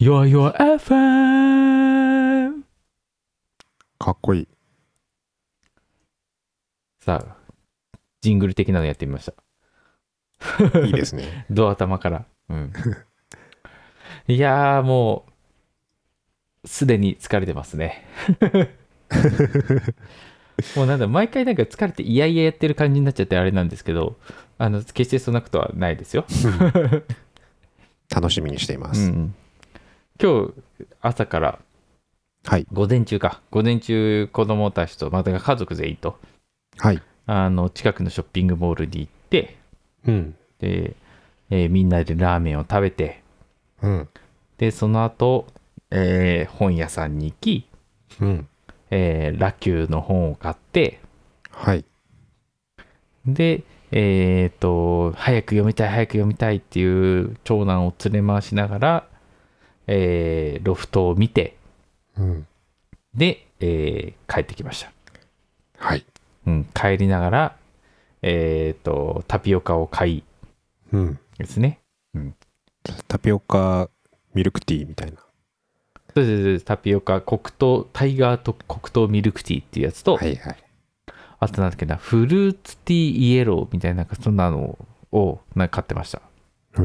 Your FM かっこいい。 さあ、ジングル的なのやってみました。 いいですね。 ドア頭から。うん。いやー、もう、すでに疲れてますね。もうなんだ、毎回なんか疲れていやいややってる感じになっちゃってあれなんですけど、決してそんなことはないですよ。 楽しみにしています。 うん。今日、朝から、 はい。 午前中か。午前中、子供たちと、また家族全員と、 はい。 近くのショッピングモールに行って、 うん。 で、みんなでラーメンを食べて、 うん。 で、その後、本屋さんに行き、 うん。 ラキューの本を買って、 はい。 で、早く読みたい、早く読みたいっていう長男を連れ回しながら、ロフトを見て、 うん。 で、帰ってきました。 はい。 うん、帰りながら、タピオカを買いうん。 ですね。うん、 タピオカミルクティーみたいな。 そうですタピオカ、黒糖、タイガーと黒糖ミルクティーっていうやつと、 はいはい。 あとなんだっけな、フルーツティーイエローみたいな、なんかそんなのをなんか買ってました。 うん。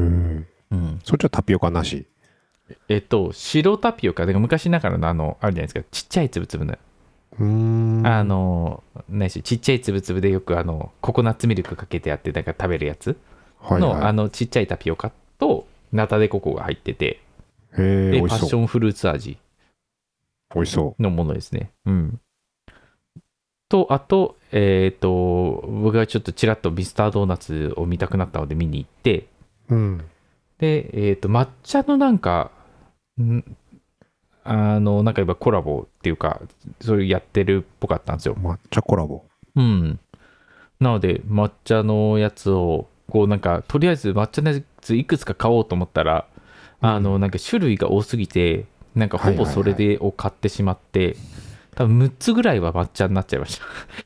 うん。 そっちはタピオカなし。 白タピオカ、だから昔ながらのあるじゃないですか、ちっちゃいつぶつぶの。 うーん。 ないし、ちっちゃいつぶつぶでよくココナッツミルクかけてやって、なんか食べるやつの、 はいはい。 ちっちゃいタピオカと、ナタデココが入ってて、 へえ、 で、 美味しそう。 パッションフルーツ味美味しそのものですね。うん。と、あと、僕がちょっとちらっとミスタードーナツを見たくなったので見に行って、 う。うん。 で、抹茶のなんか、んなんか今コラボっていうか、そういうやってるっぽかったんですよ。 抹茶コラボ。 うん。なので、抹茶のやつを、こうなんか、とりあえず抹茶のやついくつか買おうと思ったら、 うん。 なんか種類が多すぎて、なんかはほぼそれいはいはい。 でを買ってしまって、多分6つぐらいは抹茶になっちゃいました。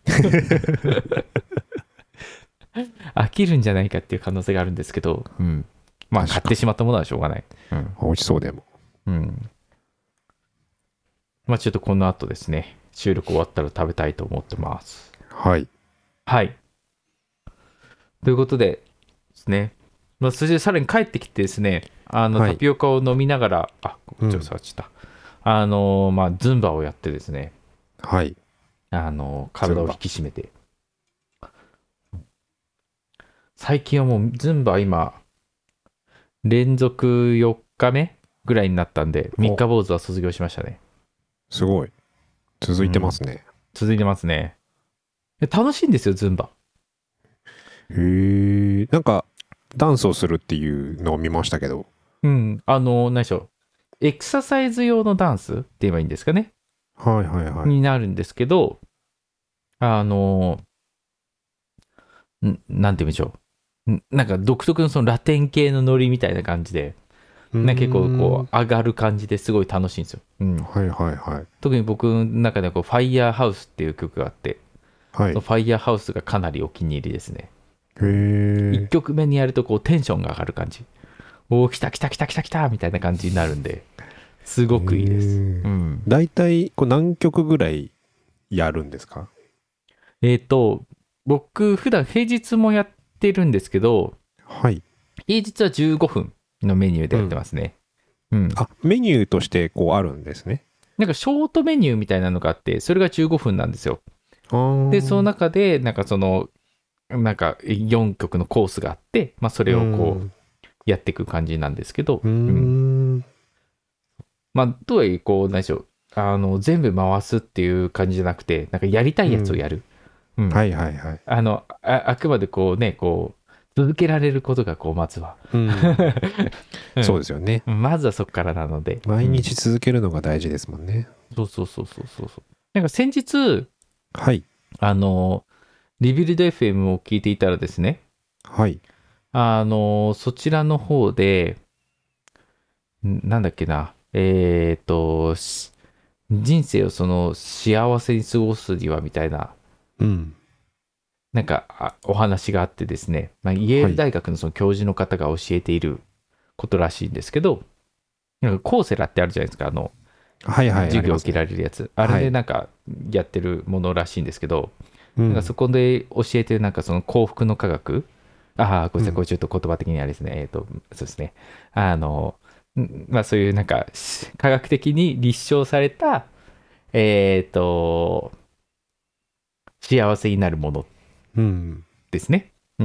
飽きるんじゃないかっていう可能性があるんですけど、うん。まあ、買確かに。 ってしまったものはしょうがない。うん。 美味しそうでも。 うん。まあ、ちょっとこの後ですね、収録終わったら食べたいと思ってます。 はい。 はい。ということでですね、まあ、そしてさらに帰ってきてですね、タはい。 ピオカを飲みながら、あ、こっちをうん。 触っちゃった。まあ、ズンバをやってですね、 はい。 体を引ズンバ。 き締めて。最近はもうズンバ今、連続4日目ぐらいになったんで、3 お、 日坊主は卒業しましたね。 すごい。続いてまうん。 すね。 続いてますね。楽しいんですよ、ズンバ。 へえ。なんか、ダンスをするっていうのを見ましたけど。 うん。何でしょう。エクササイズ用のダンスって言えばいいんですかね。 はいはいはい。 になるんですけど、あの、なんて言うんでしょう。なんか独特のそのラテン系のノリみたいな感じで、 うーなんか結構こん。 う上がる感じですごい楽しいんですよ。うん。 はいはいはい。 特に僕の中ではこう、ファイヤーハウスっていう曲があって、 はい。へそのファイヤーハウスがかなりお気に入りですね。うん。1 え。 曲目にやるとこうテンションが上がる感じ。おー、来た来た来た来た来たみたいな感じになるんで、すへごくいいです。うえ。 ん。 だいたい、何曲ぐらいやるんですか？ えっ、と、僕、普段平日もやってるんですけど、 はい。 平日は15分のメニューでやってうん。 ますね。うん。 あ、メニューとしてこうあるんですね。 なんかショートメニューみたいなのがあって、それが15分なんですよ。 あで、そのー。 中で、なんか4曲のコースがあって、まあ、そうーれをこう、 ん。 やっていく感じなんですけど、 うーうん。 ん。 まあ、とはいえ、こう、何でしょう。全部回すっていう感じじゃなくて、なんかやりたいやつをうん。 やる。うん。 はいはいはい。 あくまでこうね、こう、続けられることが、こう、まずは。 うん。 うそうでん。 すよね。 まずはそこからなので。うん。 毎日続けるのが大事ですもんね。 そうそうそうそうそうそう。なんか先日、 はい。 あの、リビルド FM を聞いていたらですね、 はい。 そちらの方で、なんだっけな、人生をその幸せに過ごすにはみたいな、 うん。 なんかお話があってですね、まあ、イェールはい。 大学のその教授の方が教えていることらしいんですけど、 なんかコーセラってあるじゃないですか、 はいはい。 授業受けありますね。 られるやつ。あれでなんかやってるものらしいんですけど、なんかそこで教えてるなんかその幸福の科学、ああ、ごめんなさい、これちょっと言葉的にあれですね、そうですね。まあそういうなんか科学的に立証された、えっと、幸せになるものうん。 ですね。うん。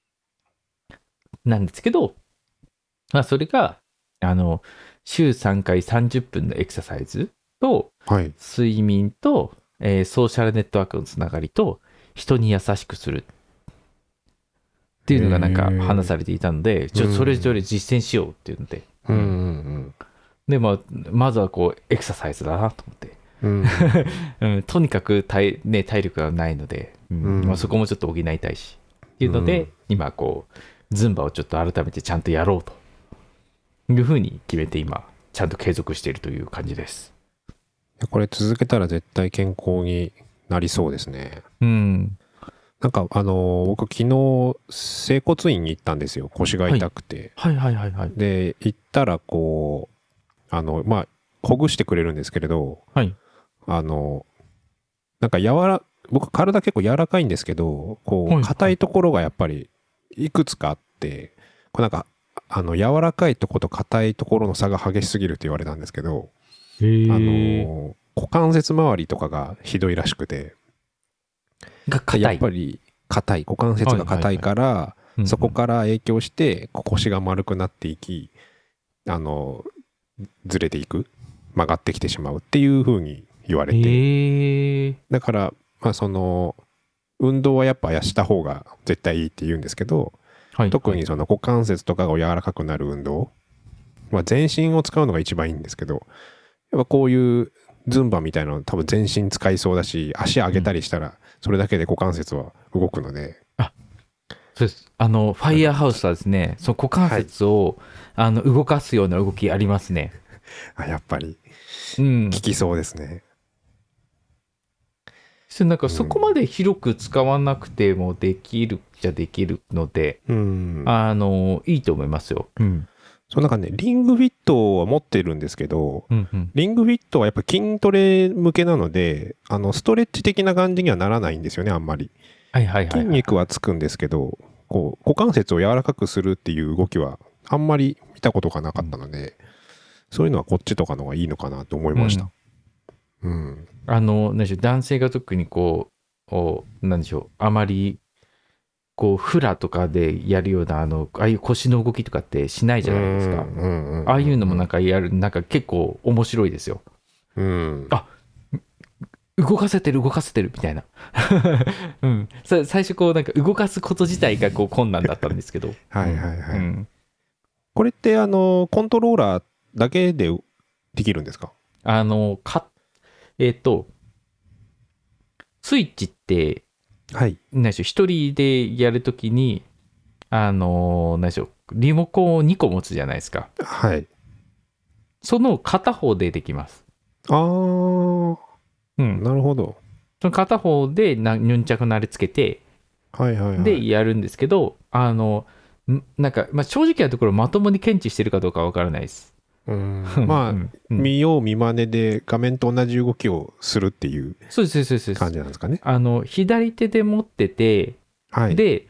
なんですけど、まあそれが、あの、週3回30分のエクササイズと、 はい。 睡眠と、ソーシャルネットワークのつながりと、人に優しくするっていうのがなんか話されていたので、それぞれ実践しようっていうので、 うんうんで、まずはこう、エクササイズだなと思って、 うん。 とにかく体力がないので、まあ、そこもちょっと補いたいし、っていうので、今こう、ズンバをちょっと改めてちゃんとやろうというふうに決めて今、ちゃんと継続しているという感じです。 これ続けたら絶対健康になりそうですね。 うん。 なんか僕昨日整骨院に行ったんですよ。腰が痛くて。 はいはいはいはい。 で、行ったらこう、まあ、ほぐしてくれるんですけれど、 はい。 なんか僕体結構柔らかいんですけど、こう、 はい硬いところがやっぱりいくつかあって、こうなんか、柔らかいところと硬いところの差が激しすぎるって言われたんですけど、 へえ。 股関節周りとかがひどいらしくて、 が硬い。 やっぱり硬い、股関節が硬いから、そこから影響して腰が丸くなっていき、ずれていく、曲がってきてしまうっていう風に言われて、だからまあ運動はやっぱした方が絶対いいって言うんですけど、特にその股関節とかが柔らかくなる運動、まあ、全身を使うのが一番いいんですけど、やっぱこういうズンバみたいなの多分全身使いそうだし、足上げたりしたらそれだけで股関節は動くので、 そうです。ファイヤーハウスはですね、その股関節を、動かすような動きありますね。 やっぱり、 効きそうですね。 なんかそこまで広く使わなくてもできるじゃできるので、いいと思いますよ。 そうなんかね、リングフィットは持ってるんですけど、リングフィットはやっぱ筋トレ向けなので、ストレッチ的な感じにはならないんですよね、あんまり。筋肉はつくんですけど、こう股関節を柔らかくするっていう動きはあんまり見たことがなかったので、そういうのはこっちとかの方がいいのかなと思いました。 何でしょう、男性が特にこう、何でしょう、あまりこうフラとかでやるようなああいう腰の動きとかってしないじゃないですか。ああいうのもなんかなんか結構面白いですよ。動かせてるみたいな。最初こうなんか動かすこと自体がこう困難だったんですけど。 これってコントローラーだけでできるんですか？ スイッチって、何でしょう、一人でやるときに、何でしょう、リモコンを2個持つじゃないですか。その片方でできます。 なるほど。 その片方でヌンチャクのあれつけて、でやるんですけど、なんか、まあ、正直なところまともに検知してるかどうかわからないです。 まあ、見よう見まねで画面と同じ動きをするっていう感じなんですかね。 左手で持ってて、で、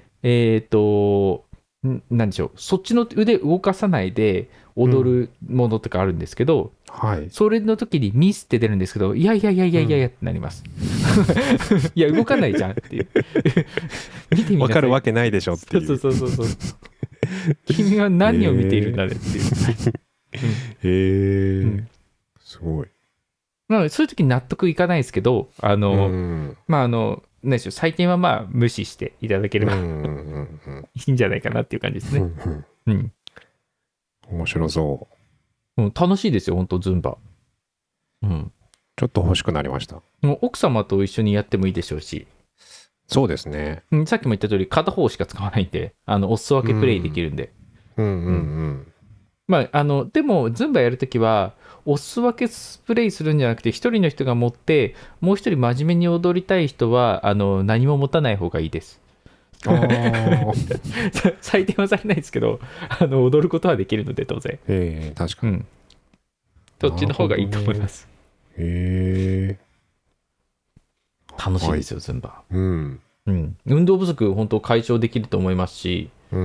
何でしょう、そっちの腕動かさないで踊るものとかあるんですけど、それの時にミスって出るんですけど、いやってなります。いや、動かないじゃんっていう。見てみなさい。 わかるわけないでしょっていう。 そう。君は何を見ているんだねっていう。 すごい。 なので、そういう時に納得いかないですけど、まあ、何でしょう、採点はまあ、無視していただければいいんじゃないかなっていう感じですね。 面白そう。 楽しいですよ、本当ズンバ。 ちょっと欲しくなりました。 奥様と一緒にやってもいいでしょうし。 そうですね。 さっきも言った通り、片方しか使わないんで、お裾分けプレイできるんで。まあ、でも、ズンバやるときは、お裾分けプレイするんじゃなくて、一人の人が持って、もう一人真面目に踊りたい人は、何も持たない方がいいです。採点はされないですけど、踊ることはできるので、当然。 確かに。 そっちの方がいいと思います。 へえ。 楽しいですよ、ズンバ。 うん。 うん。運動不足、本当解消できると思いますし、 うん。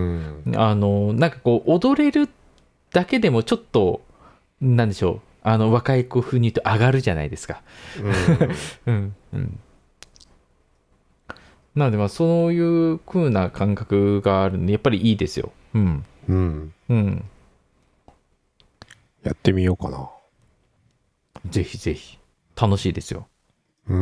なんかこう、踊れるだけでもちょっと、なんでしょう。若い子風に言うと上がるじゃないですか。うん。うん。なので、まあ、そういう風な感覚があるんで、やっぱりいいですよ。うん。 うん。 うん。 やってみようかな。 ぜひぜひ。楽しいですよ。 うん。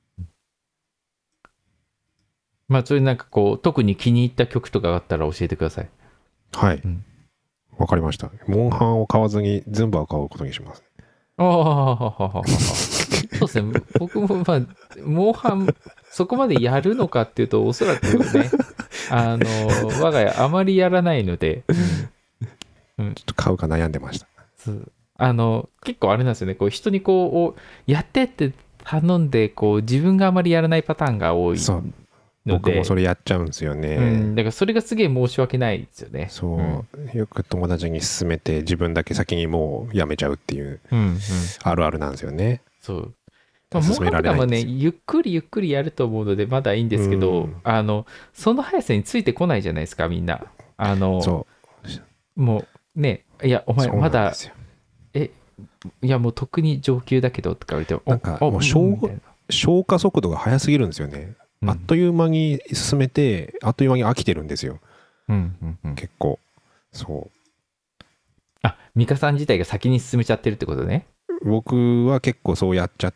まあ、それなんかこう、特に気に入った曲とかがあったら教えてください。 はい。 うん。 わかりました。モンハンを買わずにズンバを買うことにします。 ああ、そうですね。僕も、まあ、モンハン、そこまでやるのかっていうと、おそらくね、我が家あまりやらないので、うん。 ちょっと買うか悩んでました。 そう。結構あれなんですよね。こう、人にこう、やってって頼んで、こう、自分があまりやらないパターンが多いそう。 の僕もそで、 れやっちゃうんですようね。 ん、だからそれがすげえ申し訳ないですよね。うん。 そう。よく友達に勧めて自分だけ先にもうやめちゃうっていううん、うん。 あるあるなんですよね。 そう。まあ、モン勧めらハンとかもね、 れないんですよ。 ゆっくりゆっくりやると思うので、まだいいんでうすけど、 ん。 その速さについてこないじゃないですか、みんな。 そもう、ね、いや、おう。 前、 そうまだ、 なんですよ。 え、いや、もう特に上級だけど、とか言われて、 なんかもうみたいな。 消化速度が速すぎるんですよね。 うん、 あっという間に進めて、あっという間に飽きてるんですよ。 うん、うん、うん。 結構。そあ、ミカさん自体が先に進めちゃってるってことね。 う。僕は結構そうやっちゃって、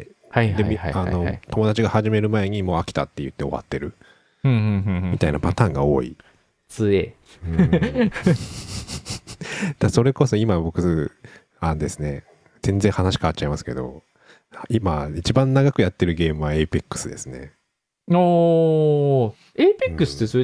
で、 はいはいはいはいはい。 友達が始める前にもう飽きたって言って終わってるうん、うん、うん、うん。 みたいなパターンが多い。 強え。 うん。それこそ今僕、ですね、全然話変わっちゃいますけど、今一番長くやってるゲームは Apex ですね。 おー、エイペックスってうん、 それって、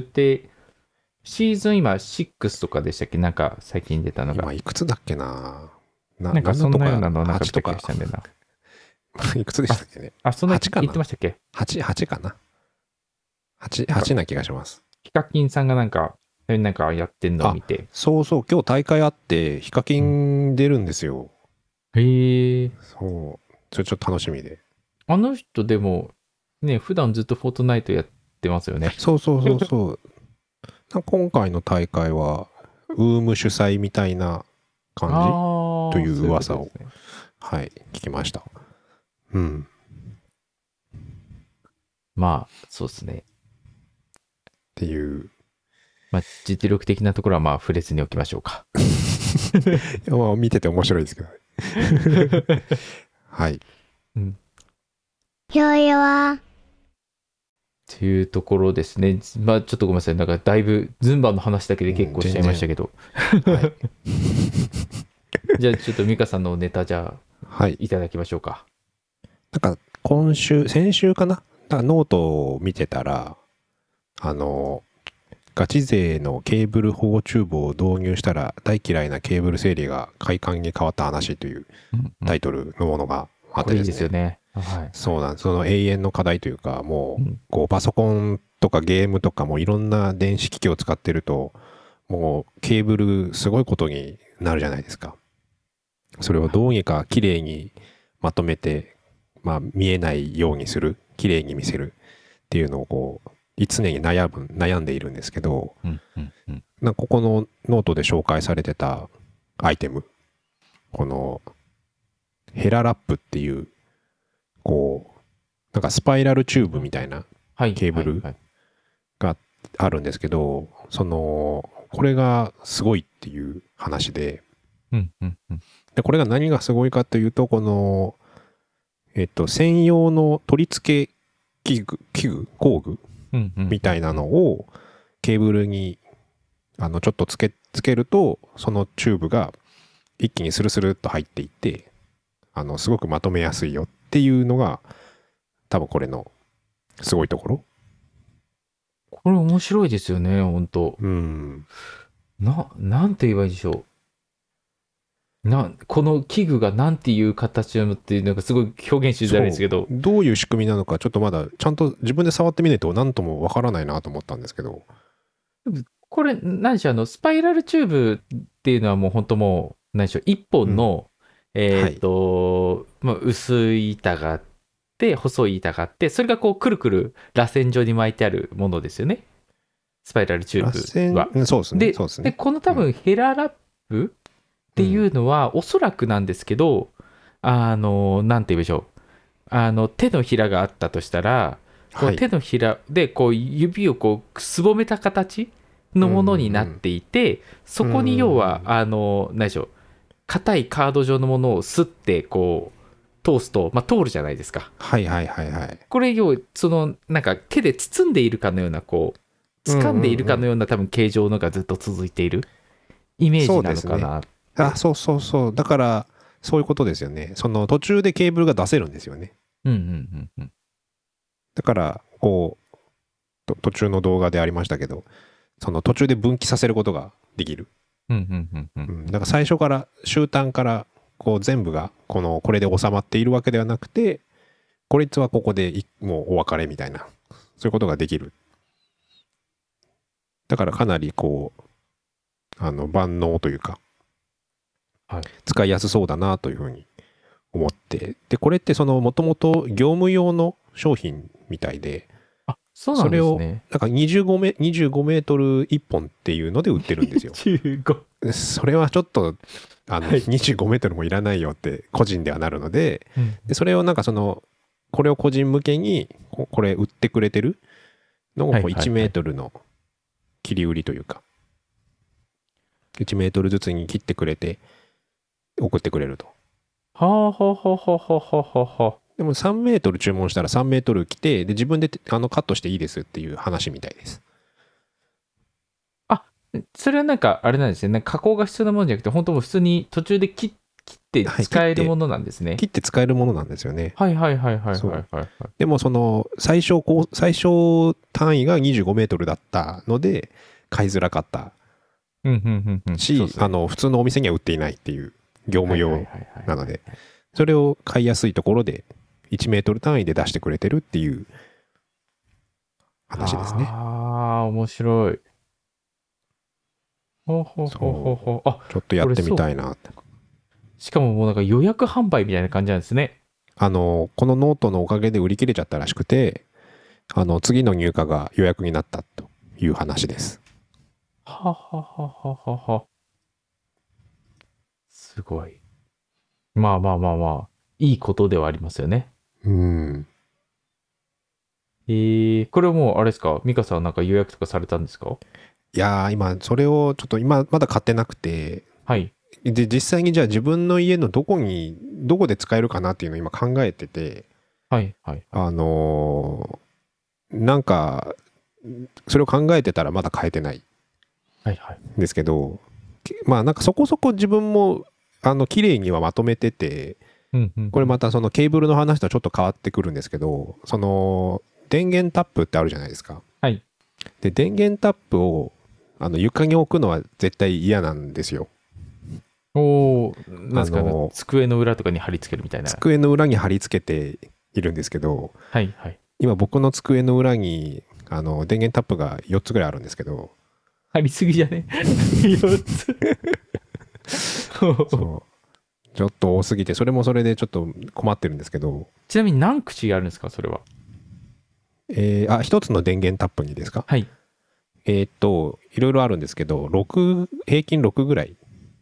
シーズン今6とかでしたっけ？なんか最近出たのが。 今いくつだっけな。 なんかそ 7とかんなようなのなんか見 8とかた気がしたんだよな。 いくつでしたっけね。 そんな 8かな。 言ってましたっけ？ 8 かな。8、 なんか、 8な気がします。 ヒカキンさんがなんかやってんのをあ、 見て。 そうそう、今日大会あって、ヒカキうん、 ン出るんですよ。 へえ。 そう。それちょっと楽しみで。 あの人でも、ね、普段ずっとフォートナイトやってますよね。 そうそうそうそう。今回の大会は、ウーム主催みたいな感じというそういうこと噂を、 ですね。 はい、聞きました。うん。 まあ、そうですね。 っていう。 まあ、実力的なところはまあ、触れずにおきましょうか。 いやまあ見てて面白いですけど。はい。 うん。っていうところですね。まあ、ちょっとごめんなさい。なんか、だいぶ、ズンバの話だけで結構しちゃいましたけど。 はい。 じゃあ、ちょっとミカさんのネタ、じゃあ、 はい。 いただきましょうか。 先週かなノートを見てたら、ガチ勢のケーブル保護チューブを導入したら大嫌いなケーブル整理が快感に変わった話というタイトルのものがあってこれいいですね。 ですよね。はい。 そうなんです。その永遠の課題というか、もう、 うん。 パソコンとかゲームとかもいろんな電子機器を使ってると、もうケーブルすごいことになるじゃないですか。それをどうにか綺麗にまとめて、まあ見えないようにする、綺麗に見せるっていうのを常に悩んでいるんですけど、 うん。うん。うん。 ここのノートで紹介されてたアイテム、このヘララップっていう、スパイラルチューブみたいなはい。 ケーブルはい。 があるんですけど、これがすごいっていう話で、 うん。うん。うん。 で、これが何がすごいかというと、専用の取り付け工具うん。うん。 みたいなのをケーブルに、ちょっとつけると、そのチューブが一気にスルスルっと入っていって、すごくまとめやすいよっていうのが、多分これのすごいところ。 これ面白いですよね、本当。 うん。 なんて言えばいいでしょう。この器具がなんていう形なのっていうのがすごい表現しづらいですけど、 どういう仕組みなのか、ちょっとまだちゃんと自分で触ってみないと何ともわからないなと思ったんですけど。 これ、何でしょう、スパイラルチューブっていうのはもう本当もう、何でしょう、一本の、 まあ、薄い板があって、細い板があって、それがこう、くるくる螺旋状に巻いてあるものですよね。スパイラルチューブは。 そうですね。そうですで、 ね。 この多分ヘララップっていうのは、おそらくなんですけど、なんて言うでしょう。手のひらがあったとしたら、こう手のひらでこう指をこうすぼめた形のものになっていて、そこに要は、何でしょう。硬いカード状のものをスッてこう通すと、まあ、通るじゃないですか。 はいはいはいはい。 これ要はそのなんか手で包んでいるかのようなこう掴んでいるかのような多分形状のがずっと続いているイメージなのかな。 そうそうそう。だからそういうことですよね。その途中でケーブルが出せるんですよね。だからこう途中の動画でありましたけど、その途中で分岐させることができる。だから最初から終端からこう全部がこれで収まっているわけではなくて、こいつはここでもうお別れみたいな、そういうことができる。だからかなりこう万能というか、はい、使いやすそうだなというふうに思って、でこれってもともと業務用の商品みたいで、 そうなんですね。それをなんか25メートル1本っていうので売ってるんですよ。 15 それはちょっとはい、25メートルもいらないよって個人ではなるので、でそれをなんかこれを個人向けにこれ売ってくれてるのを1メートルの切り売りというか、1メートルずつに切ってくれて送ってくれると。 はあはあはあはあはあはあ。 でも3メートル注文したら3メートル来て、で自分でカットしていいですっていう話みたいです。 それはなんかあれなんですね。なんか加工が必要なものじゃなくて、本当もう普通に途中で切って使えるものなんですね。 切って使えるものなんですよね。 はいはいはいはいはいはい。 でも最小単位が25メートルだったので買いづらかったし、普通のお店には売っていないっていう業務用なので、それを買いやすいところで1メートル単位で出してくれてるっていう話ですね。 ああ、面白い。ほうほうほうほうほう。 ちょっとやってみたいなって。 しかももうなんか予約販売みたいな感じなんですね。 このノートのおかげで売り切れちゃったらしくて、次の入荷が予約になったという話です。 はははははは。すごい。まあまあまあまあ、いいことではありますよね。これはもうあれですか、美香さんなんか予約とかされたんですか？ いやー、今それをちょっとまだ買ってなくて、 はい。 で実際にじゃあ自分の家のどこで使えるかなっていうのを今考えてて、 はいはい。 なんかそれを考えてたらまだ買えてないんですけど、まあなんかそこそこ自分も綺麗にはまとめてて、これまたケーブルの話とはちょっと変わってくるんですけど、電源タップってあるじゃないですか。 はい。 で電源タップを床に置くのは絶対嫌なんですよ。 なんですか、机の裏とかに貼り付けるみたいな。 机の裏に貼り付けているんですけど、 はいはい。 今僕の机の裏に電源タップが4つぐらいあるんですけど、 貼りすぎじゃね4つそうちょっと多すぎて、それもそれでちょっと困ってるんですけど。 ちなみに何口あるんですか、それは。 一つの電源タップにですか？ はい。 いろいろあるんですけど、平均6ぐらい。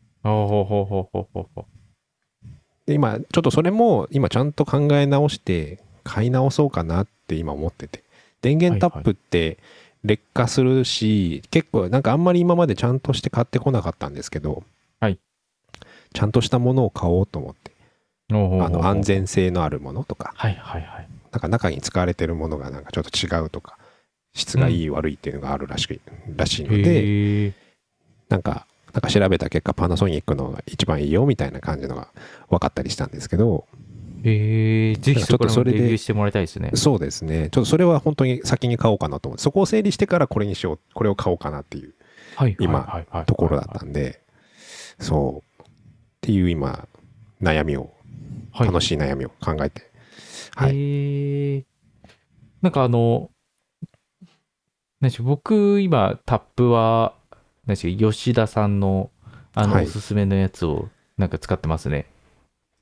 で、今、ちょっとそれも、今ちゃんと考え直して、買い直そうかなって今思ってて。電源タップって劣化するし、結構なんかあんまり今までちゃんとして買ってこなかったんですけど、 はい。 ちゃんとしたものを買おうと思って。安全性のあるものとか、 はいはいはい。 なんか中に使われてるものがなんかちょっと違うとか、質がいい悪いっていうのがあるらしいので、なんか調べた結果パナソニックのが一番いいよみたいな感じのが分かったりしたんですけど、 ぜひそこでレビューしてもらいたいですね。 そうですね。ちょっとそれは本当に先に買おうかなと思って、そこを整理してからこれを買おうかなっていう今ところだったんで、そうっていう今悩みを、楽しい悩みを考えて、 はい。なんか僕今タップは吉田さんのおすすめのやつをなんか使ってますね。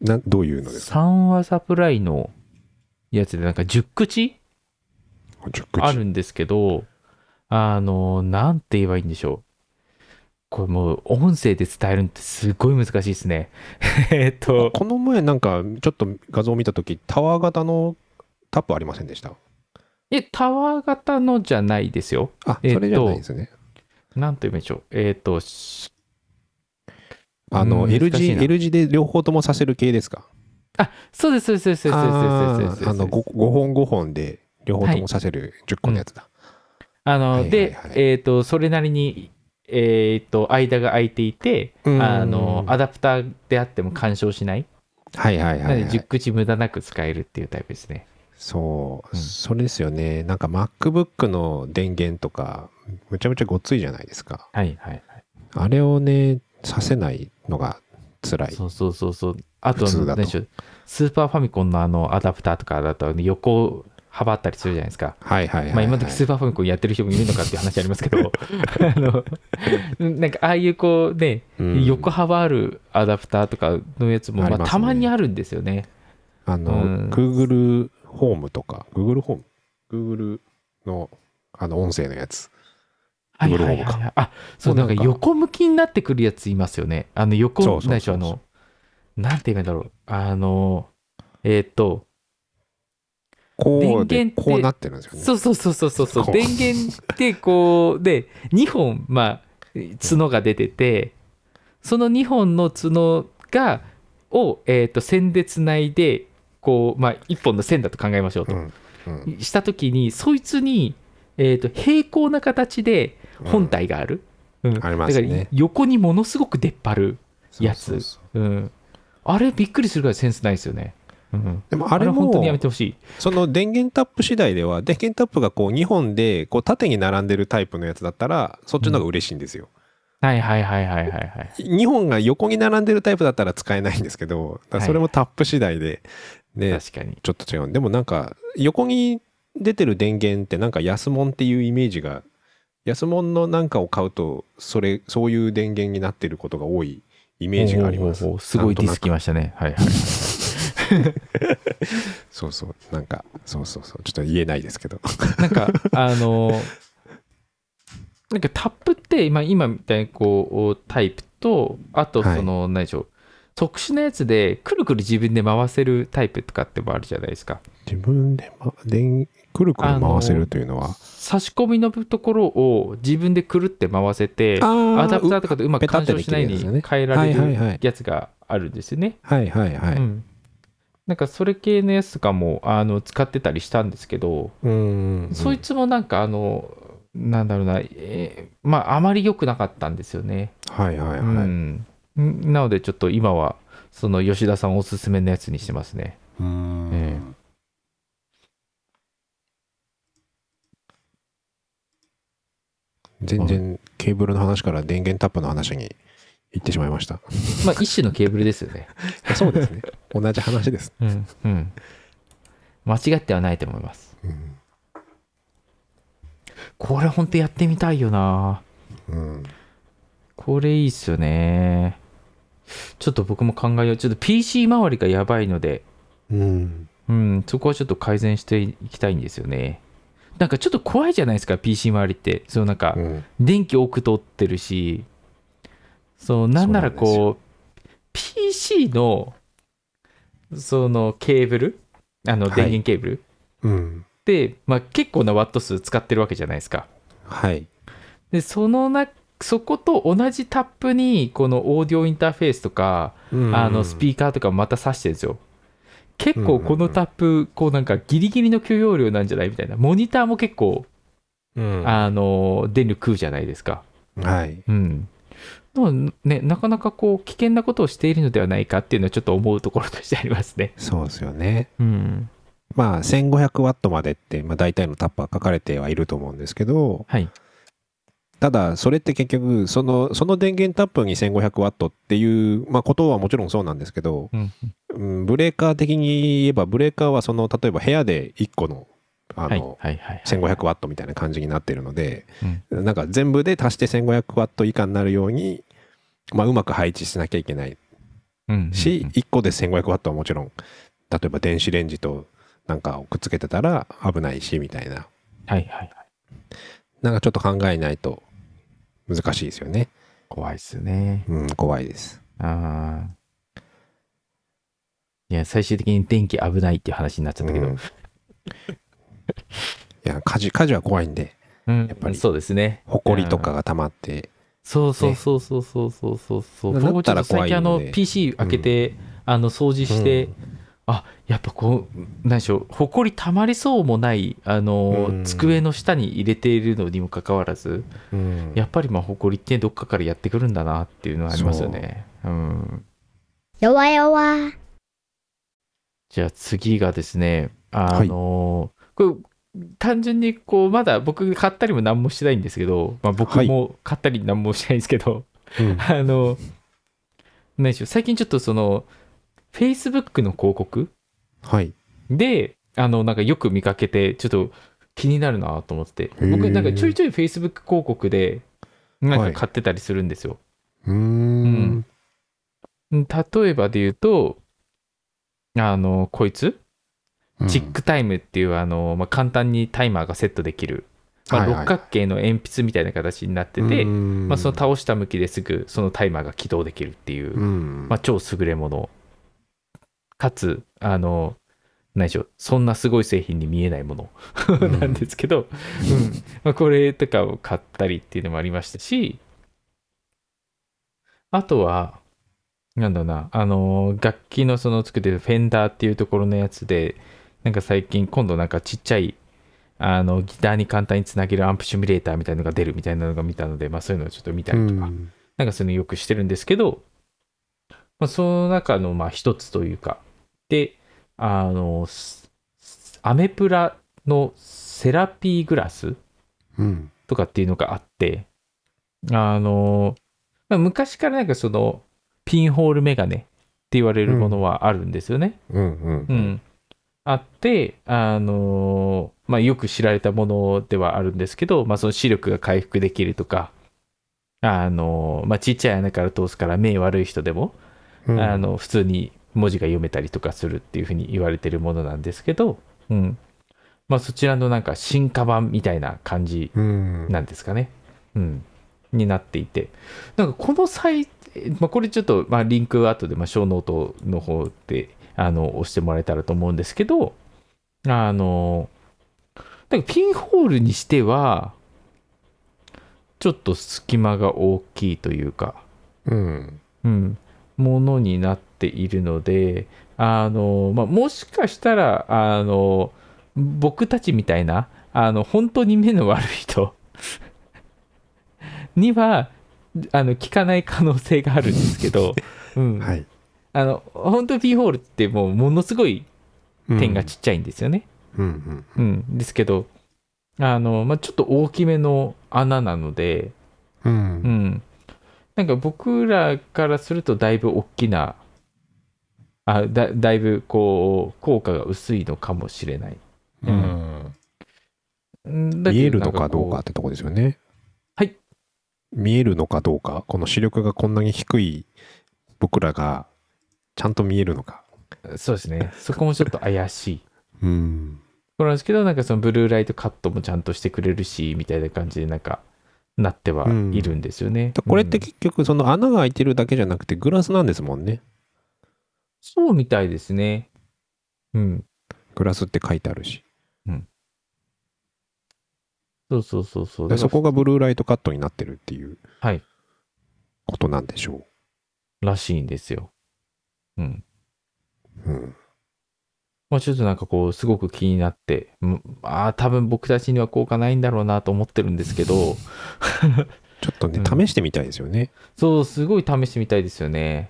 どういうのですか？ 3話サプライのやつでなんか10口あるんですけど、なんて言えばいいんでしょう。これもう音声で伝えるのってすごい難しいですね。 この前なんかちょっと画像を見たとき、タワー型のタップありませんでした？ タワー型のじゃないですよ。 あ、それじゃないですね。 なんと言いましょう。 L 字で両方ともさせる系ですか？ あ、そうです、そうです、そうです、そうです。 5本5本で両方ともさせる10個のやつだ。 で、それなりに、間が空いていて、アダプターであっても干渉しない。 はいはいはい、はい。 なので10口無駄なく使えるっていうタイプですね。 そう、それですよね。なんか MacBook の電源とか、むちゃむちゃごっついじゃないですか。 はいはいはい。 あれをね、させないのが辛い。 そうそうそうそう。あと、何でしょう。スーパーファミコンのアダプターとかだと横幅あったりするじゃないですか。 はいはいはい、はい。 まあ今時スーパーファミコンやってる人もいるのかっていう話ありますけど、なんかああいうこうね、横幅あるアダプターとかのやつも、まあたまにあるんですよね。 Google ホームとか、Google ホーム ?Google の音声のやつ。 はいはいはいはい。あ、そう、なんか横向きになってくるやついますよね。横、なんでしょう、なんて言うんだろう。 こうなってるんですよね。 そうそうそうそうそう。電源ってこう、で、2本、まあ、角が出てて、その2本の角を、線でつないで、こう、まあ、1本の線だと考えましょうと。したときに、そいつに、平行な形で本体がある。 ありますね。 だから横にものすごく出っ張るやつ。あれびっくりするぐらいセンスないですよね。 でもあれも本当にやめてほしい。 その電源タップ次第では、電源タップがこう2本でこう縦に並んでるタイプのやつだったら、そっちの方が嬉しいんですよ。 はいはいはいはいはいはい。 2本が横に並んでるタイプだったら使えないんですけど、それもタップ次第で、ね、 確かにちょっと違う。でもなんか横に出てる電源ってなんか安物っていうイメージが、安物のなんかを買うとそういう電源になってることが多いイメージがあります。 すごいディスきましたね。はいはい。 そうそう、なんかそうちょっと言えないですけどなんかなんかタップって今みたいにこうタイプと、あと何でしょう、特殊なやつでくるくる自分で回せるタイプとかってもあるじゃないですか。 自分でくるくる回せるというのは、 差し込みのところを自分でくるって回せて、アダプターとかでうまく干渉しないように変えられるやつがあるんですよね。 はいはいはい。 なんかそれ系のやつとかも使ってたりしたんですけど、そいつもなんかなんだろうな、まああまり良くなかったんですよね。 はいはいはい。 なのでちょっと今はその吉田さんおすすめのやつにしてますね。 全然ケーブルの話から電源タップの話に行ってしまいました。 まあ一種のケーブルですよね。 そうですね。同じ話です。 間違ってはないと思います。これ本当やってみたいよな。これいいっすよね。ちょっと僕も考えよう。ちょっと PC 周りがやばいので、そこはちょっと改善していきたいんですよね。なんかちょっと怖いじゃないですか、 PC 周りって。なんか電気多く通ってるし、なんならこう PC のそのケーブル、電源ケーブルで、まあ、結構なワット数使ってるわけじゃないですか。でそこと同じタップにこのオーディオインターフェースとか、スピーカーとかまた挿してるんですよ。結構このタップこうなんかギリギリの許容量なんじゃないみたいな。モニターも結構、電力食うじゃないですか。ね、なかなかこう危険なことをしているのではないかっていうのはちょっと思うところとしてありますね。 そうですよね。まあ1500ワットまでって、まあ、大体のタップは書かれてはいると思うんですけど、ただそれって結局その電源タップに1500ワットっていう、まあ、ことはもちろんそうなんですけど、ブレーカー的に言えばブレーカーは例えば部屋で1個の1500ワットみたいな感じになっているので、なんか全部で足して1500ワット以下になるように、まあ、うまく配置しなきゃいけないし、1個で 1500W はもちろん、例えば電子レンジとなんかをくっつけてたら危ないしみたいな。 はいはいはい。 なんかちょっと考えないと難しいですよね。 怖いですよね。 うん、怖いです。 ああ。いや、最終的に電気危ないっていう話になっちゃったけど。 いや、火事は怖いんで、やっぱり。 そうですね。 埃とかが溜まって。 そうそうそうそうそうそうそう。僕もちょっと最近PC 開けて、掃除して、やっぱこう、何でしょう、埃溜まりそうもない、机の下に入れているのにもかかわらず、やっぱり埃ってどっかからやってくるんだなっていうのはありますよね。 弱々。 じゃあ次がですね、これ単純にこうまだ僕買ったりも何もしてないんですけど、僕も買ったり何もしてないんですけど、何でしょう、最近ちょっとその Facebook の広告で、なんかよく見かけてちょっと気になるなと思って、僕なんかちょいちょい Facebook 広告でなんか買ってたりするんですよ。例えばで言うと、こいつチックタイムっていう簡単にタイマーがセットできる、六角形の鉛筆みたいな形になってて、その倒した向きですぐそのタイマーが起動できるっていう、超優れものかつ何でしょう、そんなすごい製品に見えないものなんですけど、これとかを買ったりっていうのもありましたし、あとはなんだろうな、楽器のその作ってるフェンダーっていうところのやつで、なんか最近今度なんかちっちゃいギターに簡単につなげるアンプシミュレーターみたいなのが出るみたいなのが見たので、そういうのをちょっと見たりとか、なんかそういうのよくしてるんですけど、その中の一つというか、で、アメプラのセラピーグラスとかっていうのがあって、昔からなんかそのピンホールメガネって言われるものはあるんですよね。あって、よく知られたものではあるんですけど、その視力が回復できるとか、ちっちゃい穴から通すから目悪い人でも、普通に文字が読めたりとかするっていうふうに言われてるものなんですけど、そちらのなんか進化版みたいな感じなんですかね。になっていて、なんかこのこれちょっとリンク後で小ノートの方で押してもらえたらと思うんですけど、なんかピンホールにしてはちょっと隙間が大きいというか、ものになっているので、もしかしたら僕たちみたいな本当に目の悪い人には効かない可能性があるんですけど、本当にピンホールってものすごい点がちっちゃいんですよね。ですけどちょっと大きめの穴なので、なんか僕らからするとだいぶ大きなだいぶこう効果が薄いのかもしれない。 見えるのかどうかってとこですよね。見えるのかどうか、この視力がこんなに低い僕らがちゃんと見えるのか。 そうですね。そこもちょっと怪しい。これなんですけど、なんかそのブルーライトカットもちゃんとしてくれるし、みたいな感じでなんかなってはいるんですよね。 これって結局その穴が開いてるだけじゃなくてグラスなんですもんね。 そうみたいですね。 グラスって書いてあるし。 そうそこがブルーライトカットになってるっていうことなんでしょう。らしいんですよ。ちょっとなんかこうすごく気になって、多分僕たちには効果ないんだろうなと思ってるんですけどちょっとね、試してみたいですよね。 そう、すごい試してみたいですよね。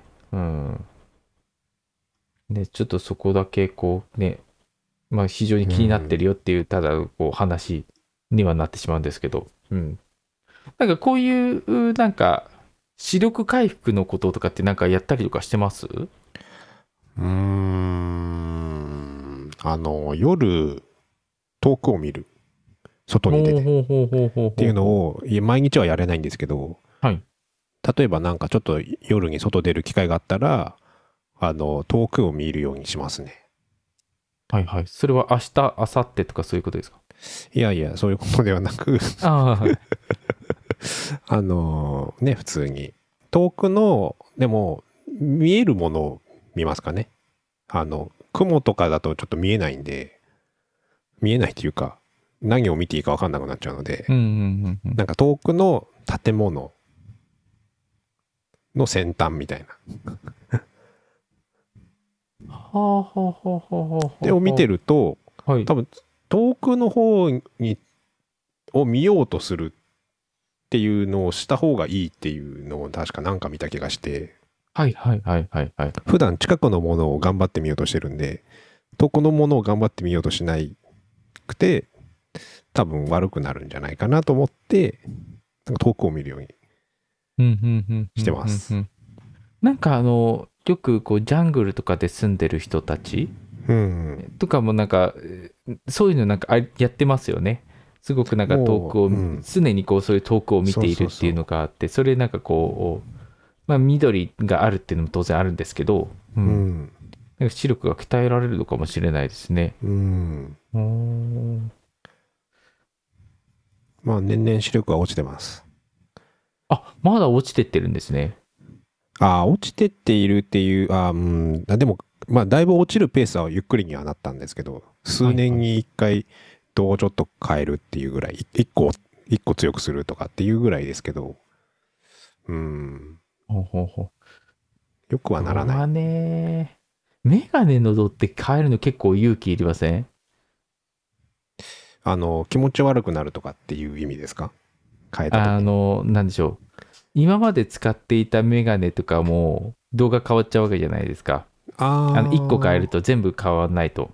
で、ちょっとそこだけこうね、非常に気になってるよっていう、ただこう話にはなってしまうんですけど、なんかこういうなんか視力回復のこととかってなんかやったりとかしてます？ 夜遠くを見る、外に出てっていうのを毎日はやれないんですけど、例えばなんかちょっと夜に外出る機会があったら遠くを見るようにしますね。 はいはい。それは明日、明後日とかそういうことですか？ いやいや、そういうことではなくはい、 ね、普通に。遠くの、でも、見えるものを見ますかね。雲とかだとちょっと見えないんで、見えないっていうか、何を見ていいか分かんなくなっちゃうので、なんか遠くの建物の先端みたいな。でを見てると、はい、多分遠くの方を見ようとするっていうのをした方がいいっていうのを確かなんか見た気がして、 はいはいはいはいはい。 普段近くのものを頑張ってみようとしてるんで、遠くのものを頑張ってみようとしなくて、多分悪くなるんじゃないかなと思って、なんか遠くを見るようにしてます。 なんかよくこうジャングルとかで住んでる人たちとかもなんかそういうのなんかやってますよね。すごくなんか遠くを、常にこうそういう遠くを見ているっていうのがあって、それなんかこう、まあ緑があるっていうのも当然あるんですけど、なんか視力が鍛えられるのかもしれないですね。 まあ年々視力は落ちてます。 あ、まだ落ちてってるんですね。 落ちてっているっていう、でも、まあだいぶ落ちるペースはゆっくりにはなったんですけど、数年に1回度をちょっと変えるっていうぐらい、1個強くするとかっていうぐらいですけど、よくはならない。 メガネの度って変えるの結構勇気いりません？ 気持ち悪くなるとかっていう意味ですか？変えた時に。なんでしょう。今まで使っていたメガネとかも度が変わっちゃうわけじゃないですか。1個変えると全部変わらないと。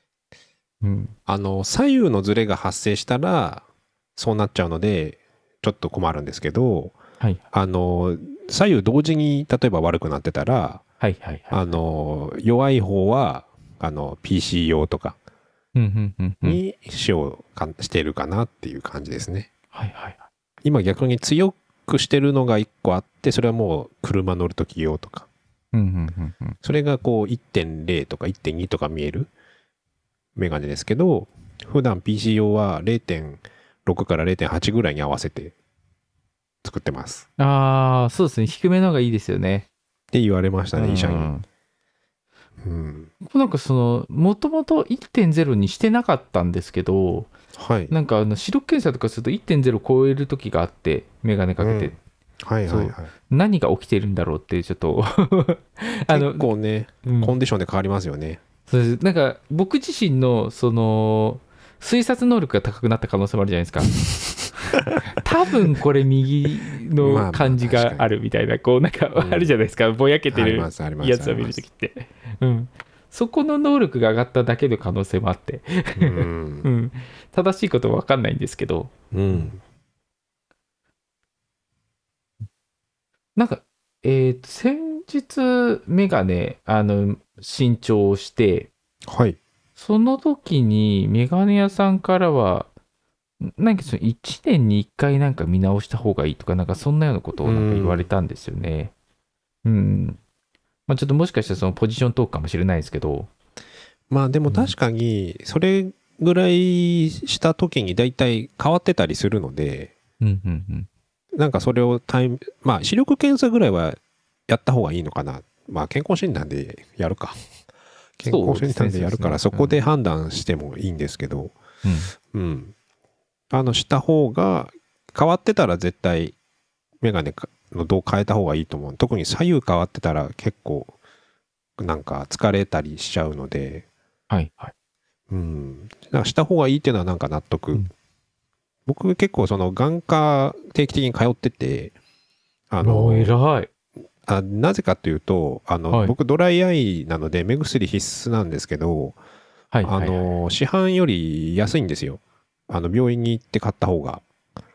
左右のズレが発生したらそうなっちゃうのでちょっと困るんですけど、 はい、 左右同時に例えば悪くなってたら、弱い方はPC 用とかにしてるかなっていう感じですね。今逆に強くしてるのが1個あって、それはもう車乗るとき用とか、それがこう 1.0 とか 1.2 とか見えるメガネですけど、普段 PC 用は 0.6 から 0.8 ぐらいに合わせて作ってます。 そうですね。低めの方がいいですよね。 って言われましたね、医者に。 なんかもともと 1.0 にしてなかったんですけど、なんか視力検査とかすると 1.0 超える時があって、メガネかけて。何が起きてるんだろうってちょっと結構ね、コンディションで変わりますよね。 なんか僕自身の推察能力が高くなった可能性もあるじゃないですか。多分これ右の感じがあるみたいな、こうなんかあるじゃないですか、ぼやけてるやつを見るときって、そこの能力が上がっただけの可能性もあって正しいことは分かんないんですけど、なんか先日メガネ新調して、その時にメガネ屋さんからはなんか1年に1回なんか見直した方がいいとか、なんかそんなようなことをなんか言われたんですよね。まあちょっともしかしたらそのポジショントークかもしれないですけど。 まあでも確かにそれぐらいした時に大体変わってたりするので、なんかそれをまあ視力検査ぐらいはやった方がいいのかな。まあ健康診断でやるか。健康診断でやるからそこで判断してもいいんですけど、した方が変わってたら絶対メガネの度を変えた方がいいと思う。特に左右変わってたら結構なんか疲れたりしちゃうので、なんかした方がいいっていうのはなんか納得。僕結構眼科定期的に通ってて、 偉い。 なぜかというと僕ドライアイなので目薬必須なんですけど、市販より安いんですよ。病院に行って買った方が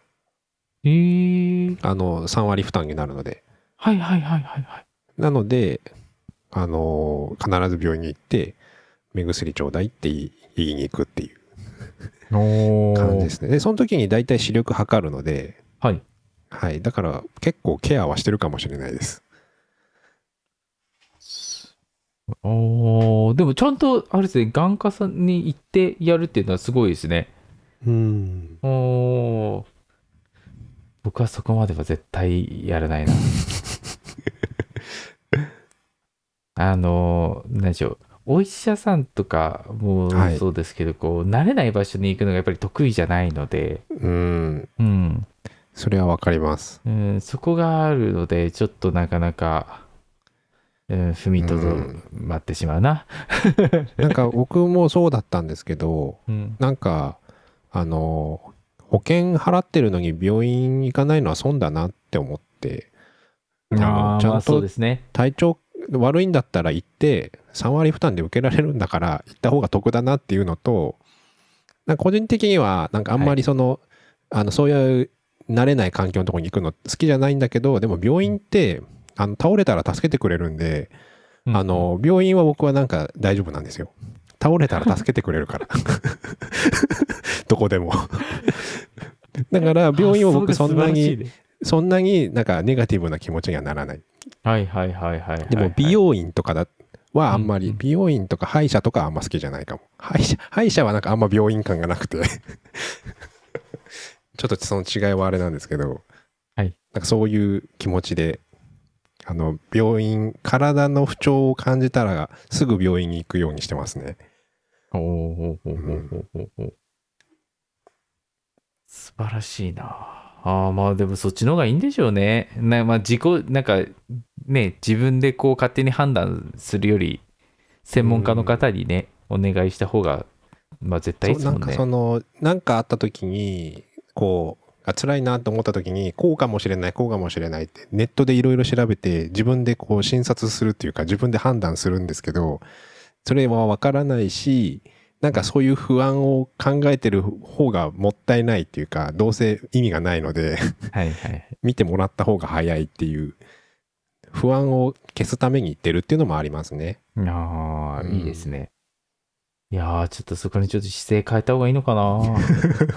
3割負担になるので、なので必ず病院に行って目薬ちょうだいって言いに行くっていう感じですね。でその時に大体視力測るので、だから結構ケアはしてるかもしれないです。 おー、でもちゃんと、あれですね、眼科さんに行ってやるっていうのはすごいですね。 うん。 おー、僕はそこまでは絶対やらないな。何でしょう。お医者さんとかもはい。 そうですけど、こう、慣れない場所に行くのがやっぱり得意じゃないので、 うん。 うん。 それはわかります。 うん、そこがあるので、ちょっとなかなか、うん、踏みうとどん。 まってしまうな。 なんか僕もそうだったんですけど、 うん。 なんか、あの、保険払ってるのに病院行かないのは損だなって思って、 ああ、まあそうちゃんとですね。 体調悪いんだったら行って、3割負担で受けられるんだから行った方が得だなっていうのと、なんか個人的には、なんかあんはい。 まりそういう慣れない環境のところに行くの好きじゃないんだけど、でも病院って、倒れたら助けてくれるんで、 うん、うん。 病院は僕はなんか大丈夫なんですよ。倒れたら助けてくれるから。どこでも。だから病院は僕発想が素晴らしいね。 そんなになんかネガティブな気持ちにはならない。 はいはいはいはいでもはいはい。 美容院とかはあうん、 んまり、 うん。 美容院とか歯医者とかはあんま好きじゃないかも。歯医者はなんかあんま病院感がなくてちょっとその違いはあれなんですけど、 はい。 なんかそういう気持ちで、病院、体の不調を感じたらすぐ病院に行くようにしてますね。 おーおーおーおーうん。 おーおー、素晴らしいな。ああ、まあでもそっちの方がいいんでしょうね。まあなんかね、自分でこう勝手に判断するより、 う専門家のん。 方にね、お願いした方が、まあ絶対いいそう、なんかですもんね。 なんかあった時に、辛いなと思った時に、こうかもしれない、こうかもしれないって、ネットでいろいろ調べて、自分でこう診察するっていうか、自分で判断するんですけど、それはわからないし、なんうん。 かそういう不安を考えてる方がもったいないっていうか、どうせ意味がないのではいはい。 見てもらった方が早いっていう、不安を消すために言ってるっていうのもありますね。 ああ、いいですうん。 ね。いやー、ちょっとそこにちょっと姿勢変えた方がいいのかな。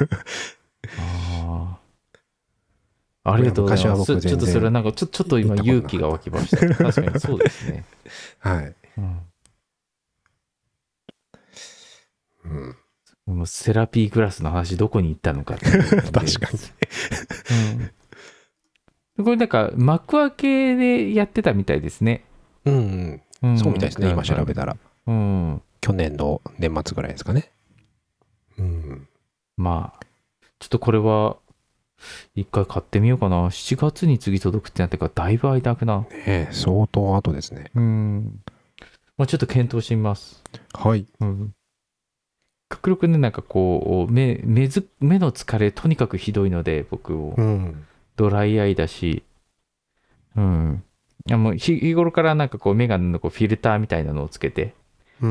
ああ、ありがとうござい昔はます。ちょっ僕全然とそれはなんか、ちょっと今行ったこと勇気が湧なかった。 きました。確かにそうですね。 はい。 うん。 うん。 もうセラピークラスの話どこに行ったのかっていう確感じでかに。 す。うん。これなんか幕開けでやってたみたいですね。 うんうん。 うん。 そうみたいですね、今調べたら。 うん。 去年の年末ぐらいですかね。うん。 まあ、ちょっとこれは一回買ってみようかな。7月に次届くってなってからだいぶ間空くな。 ねえ、相当後ですね。 うん。まあちょっと検討してみます。 はい。 うん。極力ね、なんかこう、目の疲れとにかくひどいので、僕を。 うん。 ドライアイだし、うん。いやもう日頃からなんかこう、メガネのこうフィルターみたいなのをつけて、 うん。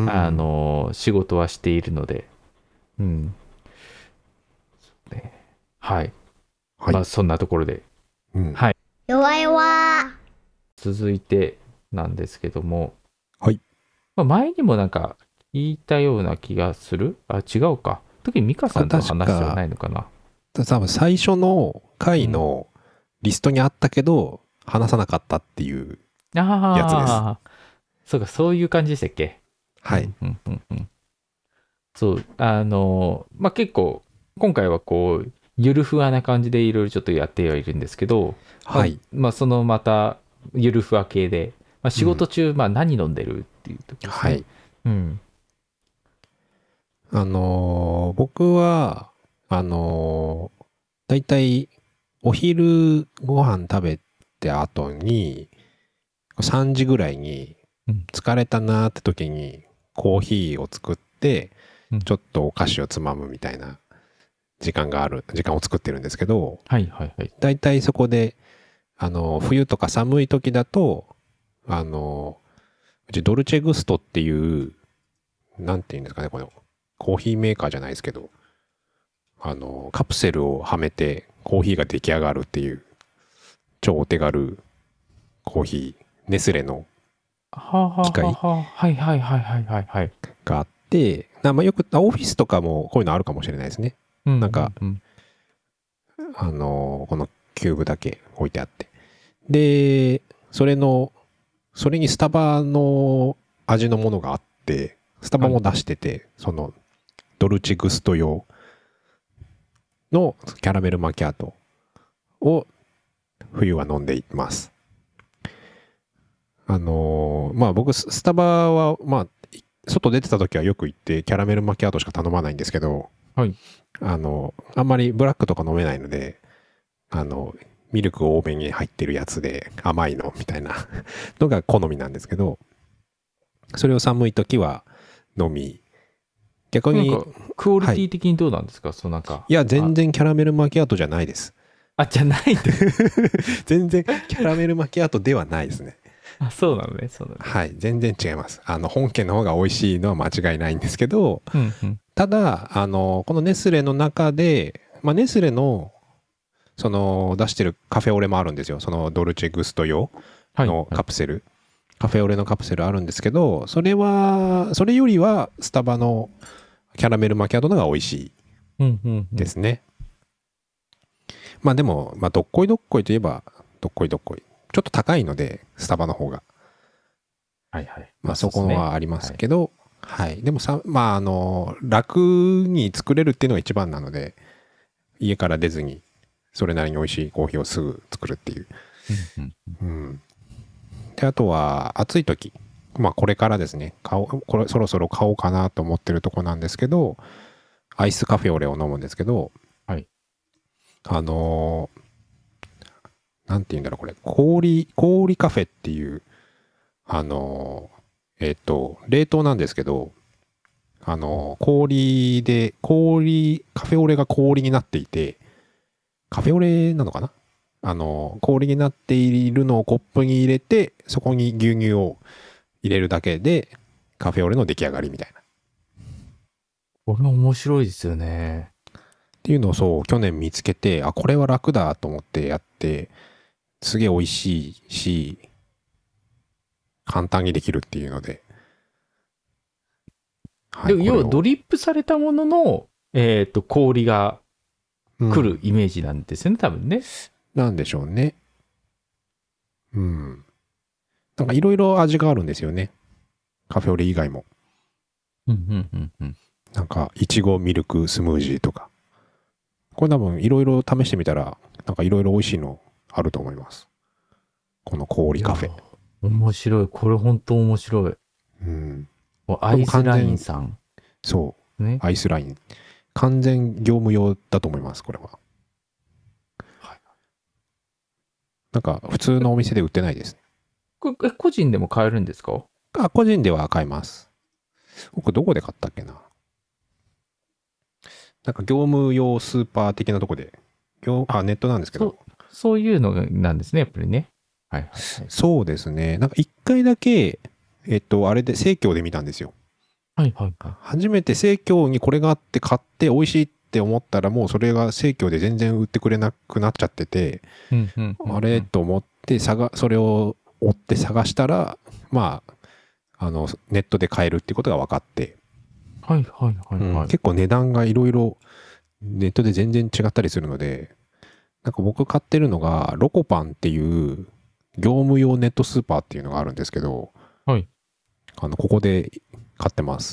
仕事はしているので、うん。ね、はい。 はい。 まあ、そんなところで。 うん。 はい。 弱々。 続いてなんですけども、 はい。 まあ、前にもなんか言いたような気がする。あ、違うか。特にミカさんと確話してはなか、 いのかな。 多分最初のうん。 回のリストにあったけど、話さなかったっていうやつです。 ああ、そうか、そういう感じでしたっけ。うはい。 ん、うん、うん、うん。そう、まあ、結構、今回はこう、ゆるふわな感じでいろいろちょっとやってはいるんですけど、 はい。 そのまた、ゆるふわ系で、まあ、仕事うん。 中、まあ、何飲んでるっていうところですね。 はい。 うん。 僕は、だいたいお昼ご飯食べて後に、3時ぐらいにうん。 疲れたなーって時にコーヒーを作って、 うん。 ちょっとお菓子をつまむみたいな時間を作ってるんですけど、 はい、はい、はい。 だいたいそこで、冬とか寒い時だと、うちドルチェグストっていう、なんていうんですかね、このコーヒーメーカーじゃないですけど、カプセルをはめてコーヒーが出来上がるっていう超お手軽コーヒー、ネスレのはあ、はあ、はあ、 機械はあ、はい、はい、はい、はい、はい、はい。 があって、まあ、よくオフィスとかもこういうのあるかもしれないですね。 うん、うなんか、 ん、うん。 このキューブだけ置いてあって。で、それにスタバの味のものがあって、スタバも出してて、そのドルチグスト用のキャラメルマキアートを冬は飲んでいます。まあ僕スタバはまあ外出てた時はよく行ってキャラメルマキアートしか頼まないんですけど、 はい、 あんまりブラックとか飲めないので、ミルク多めに入ってるやつで甘いのみたいなのが好みなんですけど、それを寒い時は飲み、逆になんかクオリティ的にどうなんですか、そうなんか。 いや全然キャラメルマキアートじゃないです。 じゃないんで全然キャラメルマキアートではないですね。 そうなのね、そうなのね。 はい、全然違います。本家の方が美味しいのは間違いないんですけど、 うんうん、 ただこのネスレの中で、まあ、ネスレのその出してるカフェオレもあるんですよ。そのドルチェグスト用のカプセル、はいはい、カフェオレのカプセルあるんですけど、それよりはスタバのキャラメルマキアートの方が美味しいですね。まあでも、まあ、どっこいどっこいといえばどっこいどっこい、ちょっと高いのでスタバの方が、 はいはい、 まあそこはありますけど、はい、でもまあ楽に作れるっていうのが一番なので、家から出ずにそれなりに美味しいコーヒーをすぐ作るっていう。であとは暑い時、まあこれからですね、これそろそろ買おうかなと思ってるとこなんですけど、アイスカフェオレを飲むんですけど、 はい、 なんて言うんだろう、これ氷カフェっていう冷凍なんですけど、カフェオレが氷になっていて、カフェオレなのかな、氷になっているのをコップに入れて、そこに牛乳を入れるだけでカフェオレの出来上がりみたいな。 これ面白いですよね。 っていうのをそう去年見つけて、これは楽だと思ってやって、すげえ美味しいし簡単にできるっていうので、 はい、要はドリップされたものの、氷が来るイメージなんですよね、多分ね。 なんでしょうね。なんかいろいろ味があるんですよね、カフェオレ以外も。なんかいちごミルクスムージーとか、これ多分いろいろ試してみたら、なんかいろいろ美味しいのあると思います、この氷カフェ。 面白い、これ本当面白い。アイスラインさん。 そう、ね、アイスライン完全業務用だと思います、これは。はい、なんか普通のお店で売ってないですね。 これ個人でも買えるんですか？ 個人では買えます。僕どこで買ったっけな。なんか業務用スーパー的なとこで、ネットなんですけど。 そういうのなんですね、やっぱりね。はいはいはい、 そうですね。なんか一回だけ、あれで生協で見たんですよ。 はいはいはい。 初めて生協にこれがあって買って美味しいって思ったら、もうそれが生協で全然売ってくれなくなっちゃってて、あれと思ってそれを追って探したら、まあ、ネットで買えるっていうことが分かって、 はいはいはいはい。 結構値段がいろいろネットで全然違ったりするので、なんか僕買ってるのがロコパンっていう業務用ネットスーパーっていうのがあるんですけど、 はい、 ここで買ってます。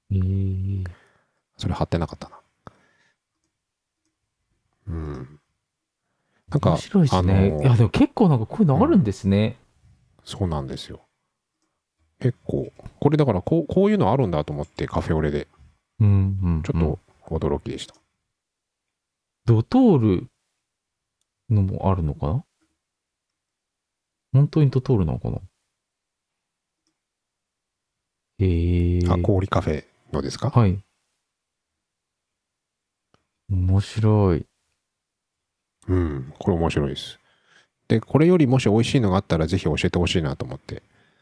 それ貼ってなかったな。なんか面白いですね。いやでも結構なんかこういうのあるんですね。 そうなんですよ。結構これだからこういうのあるんだと思って、カフェオレでちょっと驚きでした。 ドトールのもあるのかな？本当にドトールなのかな？ 氷カフェのですか？ はい。面白い。 これ面白いです。で、これよりもし美味しいのがあったらぜひ教えてほしいなと思って、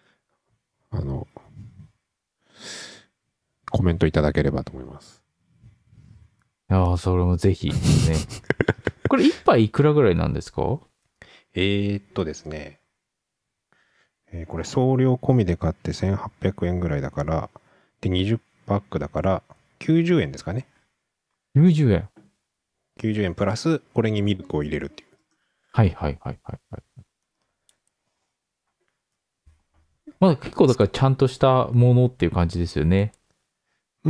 コメントいただければと思います。 それもぜひですね。これ一杯いくらぐらいなんですか？ ですね。これ送料込みで買って1800円ぐらいだから、で、20パックだから90円ですかね。 90円。 90円プラス、これにミルクを入れるっていう。 はいはいはいはいはい。 まあ結構だからちゃんとしたものっていう感じですよね。 うん、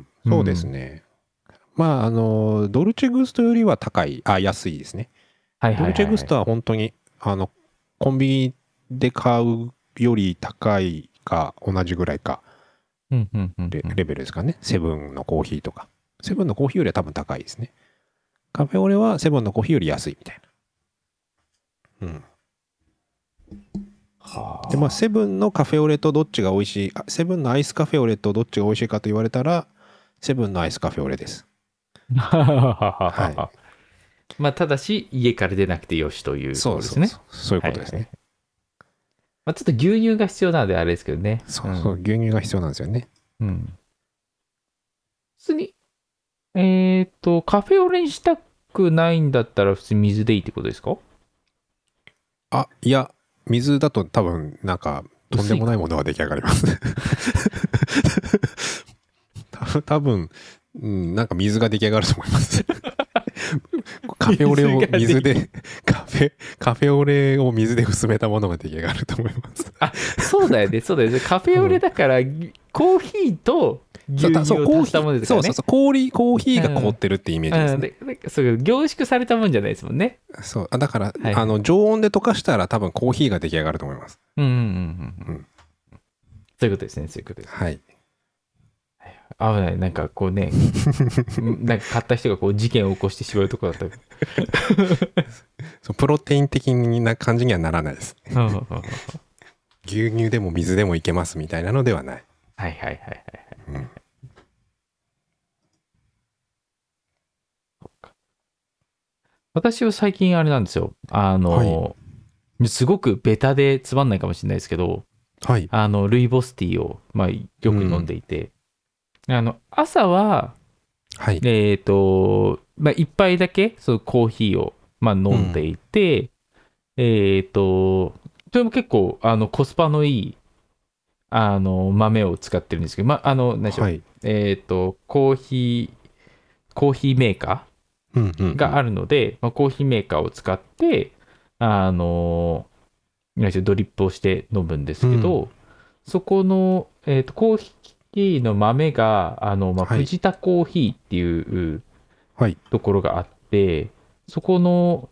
そうですね。まあ、ドルチェグストよりは安いですね。ドルチェグストは本当に、コンビニで買うより高いか同じぐらいか、レベルですかね。セブンのコーヒーとか。セブンのコーヒーよりは多分高いですね。カフェオレはセブンのコーヒーより安いみたいな。うん。で、まあ、セブンのカフェオレとどっちが美味しい、セブンのアイスカフェオレとどっちが美味しいかと言われたら、セブンのアイスカフェオレです。 はい。まあ、ただし、家から出なくてよしということですね。 そういうことですね。 まあ、ちょっと牛乳が必要なのであれですけどね。 そう、牛乳が必要なんですよね。 うん。普通に、カフェオレにしたくないんだったら、普通に水でいいってことですか？ いや、水だと多分、なんか、とんでもないものが出来上がります。多分、なんか水が出来上がると思います。カフェオレを水で、カフェオレを水で薄めたものが出来上がると思います。 そうだよね、そうだよね。カフェオレだから、コーヒーと牛乳を足したものですからね。 コーヒーが凍ってるってイメージですね。 そう凝縮されたもんじゃないですもんね。 そう。だから、常温で溶かしたら多分コーヒーが出来上がると思います。 そういうことですね、そういうことです。 はい。 危ない。なんかこうね、なんか買った人がこう事件を起こしてしまうところだった。 プロテイン的な感じにはならないです。牛乳でも水でもいけますみたいなのではない。 はいはいはいはい。私は最近あれなんですよ。すごくベタでつまんないかもしれないですけど、 はい。 ルイボスティーを、まあ、よく飲んでいて、朝は、 はい。 まあ、一杯だけ、そうコーヒーを、まあ、飲んでいて、それも結構、コスパのいい、豆を使ってるんですけど、まあ、何でしょう。 はい。 コーヒーメーカーがあるので、まあ、コーヒーメーカーを使って、ドリップをして飲むんですけど、そこの、コーヒーの豆が、まあ、藤田コーヒーっていうところがあって、そこの、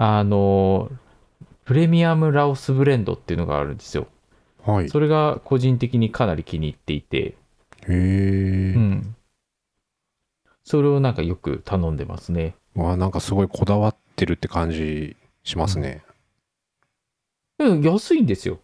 プレミアムラオスブレンドっていうのがあるんですよ。 はい。 それが個人的にかなり気に入っていて、それをなんかよく頼んでますね。 なんかすごいこだわってるって感じしますね。 安いんですよ。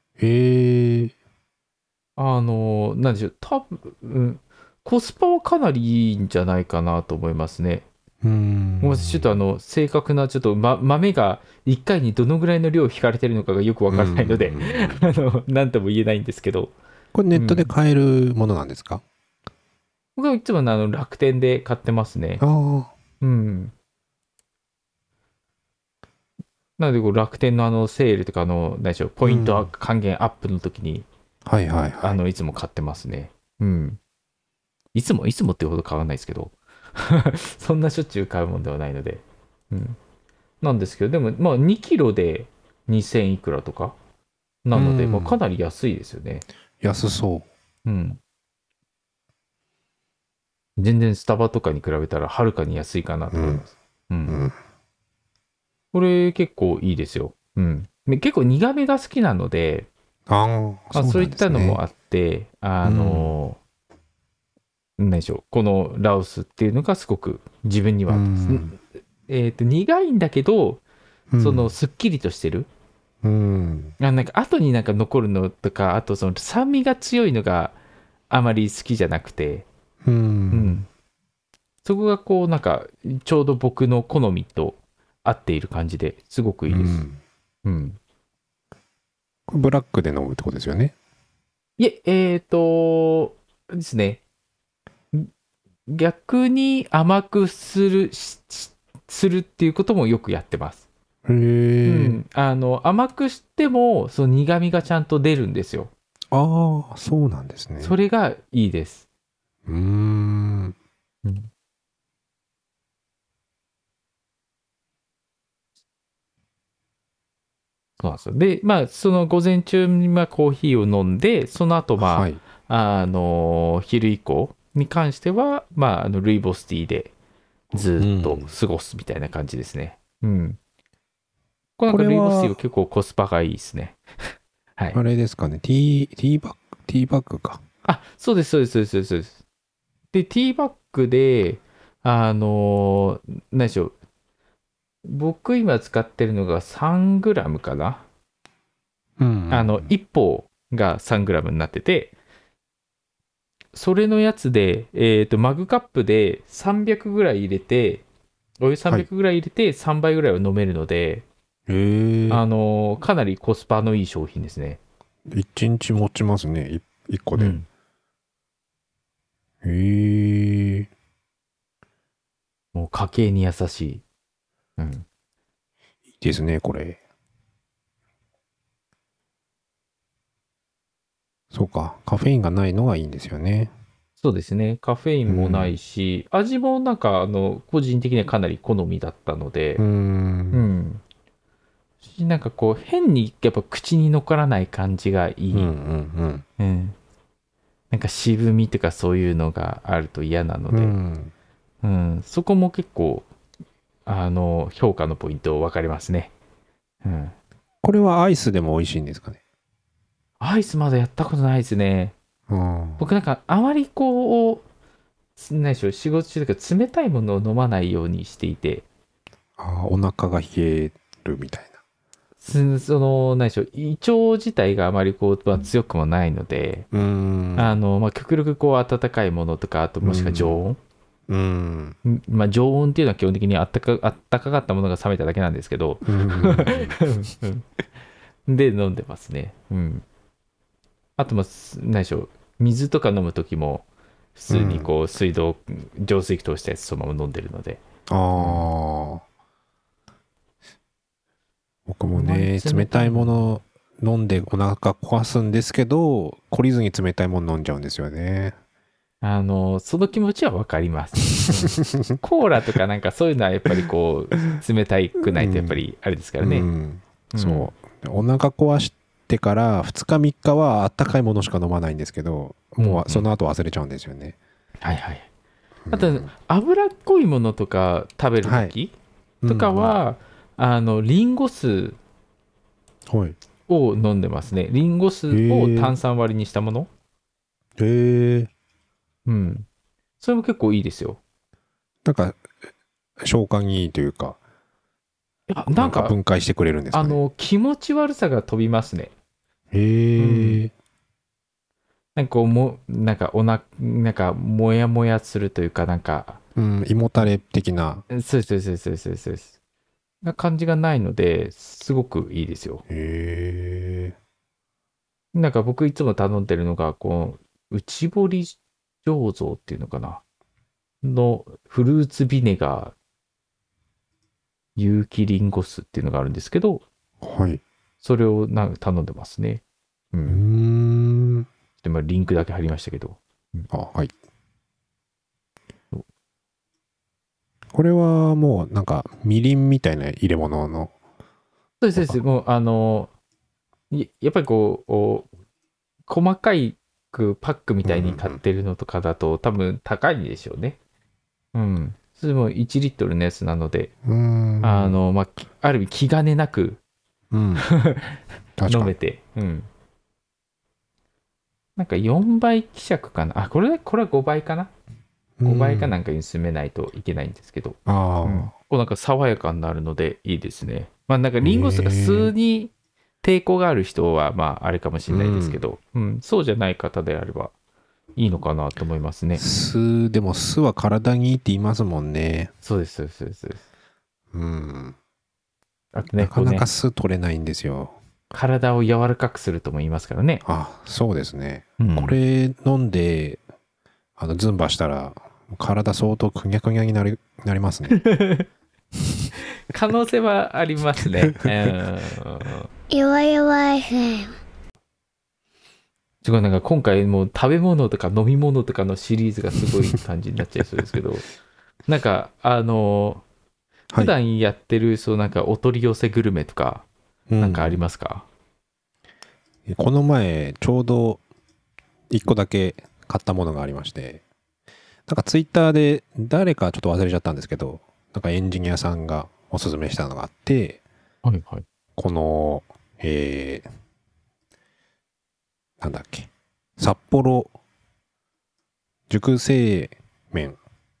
なんでしょう、多分、コスパはかなりいいんじゃないかなと思いますね。もうちょっと正確な、ちょっと、豆が1回にどのぐらいの量引かれてるのかがよくわからないので、なんとも言えないんですけど。 これネットで買えるものなんですか？ 僕はいつも楽天で買ってますね。うん。なので、楽天のセールとか何でしょう、ポイント還元アップの時に、いつも買ってますね。うん。いつもってほど買わないですけど、そんなしょっちゅう買うもんではないので。うん。なんですけど、でも、まあ、2キロで2000いくらとかなので、まあ、かなり安いですよね。 安そう。 うん。全然スタバとかに比べたらはるかに安いかなと思います。これ結構いいですよ。うん。結構苦めが好きなので、そういったのもあって、何でしょう、このラオスっていうのがすごく自分には、苦いんだけど、そのすっきりとしてる。なんか後になんか残るのとか、あとその酸味が強いのがあまり好きじゃなくて、そこがこうなんかちょうど僕の好みと合っている感じですごくいいです。 ブラックで飲むってことですよね。 いえ、ですね。逆に甘くするっていうこともよくやってます。甘くしてもその苦味がちゃんと出るんですよ。 そうなんですね。 それがいいです。 そうなんですよ。で、まあ、その午前中にコーヒーを飲んで、その後、まあ、昼以降に関しては、まあ、ルイボスティーでずっと過ごすみたいな感じですね。うん。これなんかルイボスティーは結構コスパがいいですね。はい。 あれですかね、ティーバッグか。 あ、そうです、そうです、そうです、そうです。で、ティーバッグで、何でしょう。僕今使ってるのが3グラムかな。1包が3グラムになってて、それのやつで、マグカップで300ぐらい入れて、お湯300ぐらい入れて3杯ぐらいは飲めるので、かなりコスパのいい商品ですね。 1日持ちますね、1個で。うん、 もう家計に優しい。うん。 いいですね、これ。そうか、カフェインがないのがいいんですよね。 そうですね。カフェインもないし、味もなんか、個人的にはかなり好みだったので、なんかこう、変にやっぱ口に残らない感じがいい。なんか渋みとかそういうのがあると嫌なので、そこも結構、評価のポイント分かりますね。 これはアイスでも美味しいんですかね？ アイスまだやったことないですね。僕なんかあまりこう、何でしょう、仕事中とか冷たいものを飲まないようにしていて。 お腹が冷えるみたいな。 何でしょう、胃腸自体があまりこう、強くもないので、極力こう温かいものとか、あともしくは常温。常温っていうのは基本的にあったかかったものが冷めただけなんですけど、で飲んでますね。あと何でしょう、水とか飲むときも普通にこう浄水器通したやつそのまま飲んでるので。 僕もね、冷たいもの飲んでお腹壊すんですけど、懲りずに冷たいもの飲んじゃうんですよね。 その気持ちは分かります。コーラとかなんかそういうのはやっぱりこう冷たくないとやっぱりあれですからね。 そう。お腹壊してから2日3日はあったかいものしか飲まないんですけど、もうその後忘れちゃうんですよね。 はいはい。あと、脂っこいものとか食べるときとかは、リンゴ酢を飲んでますね。リンゴ酢を炭酸割りにしたもの。それも結構いいですよ。 なんか、消化にいいというか、なんか分解してくれるんですかね。 気持ち悪さが飛びますね。なんかなんかもやもやするというか、なんか、 胃もたれ的な。 そうです。な感じがないので、すごくいいですよ。なんか僕いつも頼んでるのが、こう、内堀醸造っていうのかなのフルーツビネガー有機リンゴ酢っていうのがあるんですけど、それを頼んでますね。でもリンクだけ貼りましたけど。 これはもうなんかみりんみたいな入れ物の。 そうです。もうやっぱりこう、細かいパックみたいに買ってるのとかだと多分高いんでしょうね。それも1リットルのやつなので、ある意味気兼ねなく飲めて、なんか4倍希釈かな。これは5倍かな。5倍かなんかに進めないといけないんですけど、こうなんか爽やかになるのでいいですね。なんかリンゴ酢が酢に抵抗がある人はあれかもしれないですけど、そうじゃない方であればいいのかなと思いますね。 でも酢は体にいいって言いますもんね。 そうです。あとね、 なかなか酢取れないんですよ。 体を柔らかくするとも言いますからね。 そうですね。これ飲んでズンバしたら体相当くにゃくにゃになりますね。 可能性はありますね。 弱々 FM。 すごいなんか今回もう食べ物とか飲み物とかのシリーズがすごい感じになっちゃいそうですけど、なんか普段やってるなんかお取り寄せグルメとか、 なんかありますか？ この前ちょうど1個だけ買ったものがありまして、なんかツイッターで誰かちょっと忘れちゃったんですけど、なんかエンジニアさんがおすすめしたのがあって、 はいはい。 この、なんだっけ、札幌熟成麺、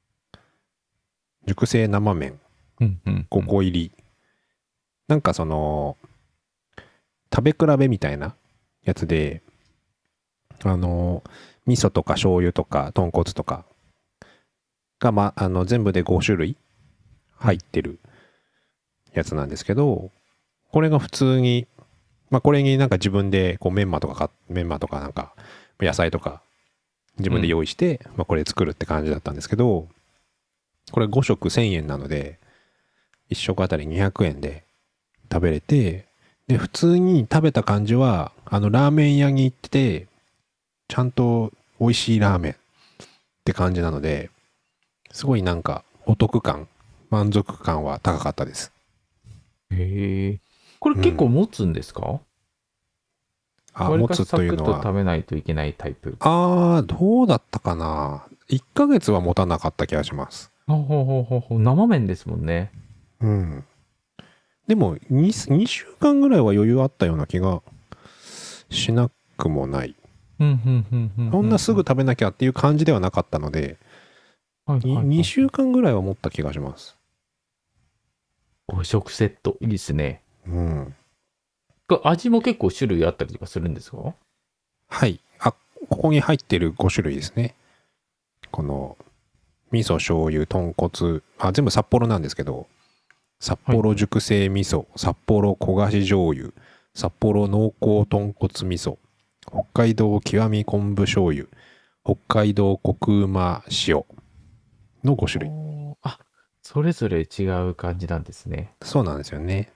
熟成生麺5個入り、なんかその食べ比べみたいなやつで、味噌とか醤油とか豚骨とかが、全部で5種類入ってるやつなんですけど、これが普通に、これになんか自分でこうメンマとかなんか野菜とか自分で用意して、これ作るって感じだったんですけど、これ5食1000円なので1食あたり200円で食べれて、で普通に食べた感じはラーメン屋に行ってちゃんと美味しいラーメンって感じなので、すごいなんかお得感、満足感は高かったです。 へえ。これ結構持つんですか？ 持つというのは。 サクッと食べないといけないタイプ。 どうだったかな。1ヶ月は持たなかった気がします。 生麺ですもんね。 でも2週間ぐらいは余裕あったような気がしなくもない。そんなすぐ食べなきゃっていう感じではなかったので、2週間ぐらいは持った気がします。 5食セット、いいですね。味も結構種類あったりとかするんですか？ はい。ここに入ってる5種類ですね。この、味噌、醤油、豚骨、全部札幌なんですけど、札幌熟成味噌、札幌焦がし醤油、札幌濃厚豚骨味噌、北海道極み昆布醤油、北海道コクうま塩の5種類。 それぞれ違う感じなんですね。 そうなんですよね。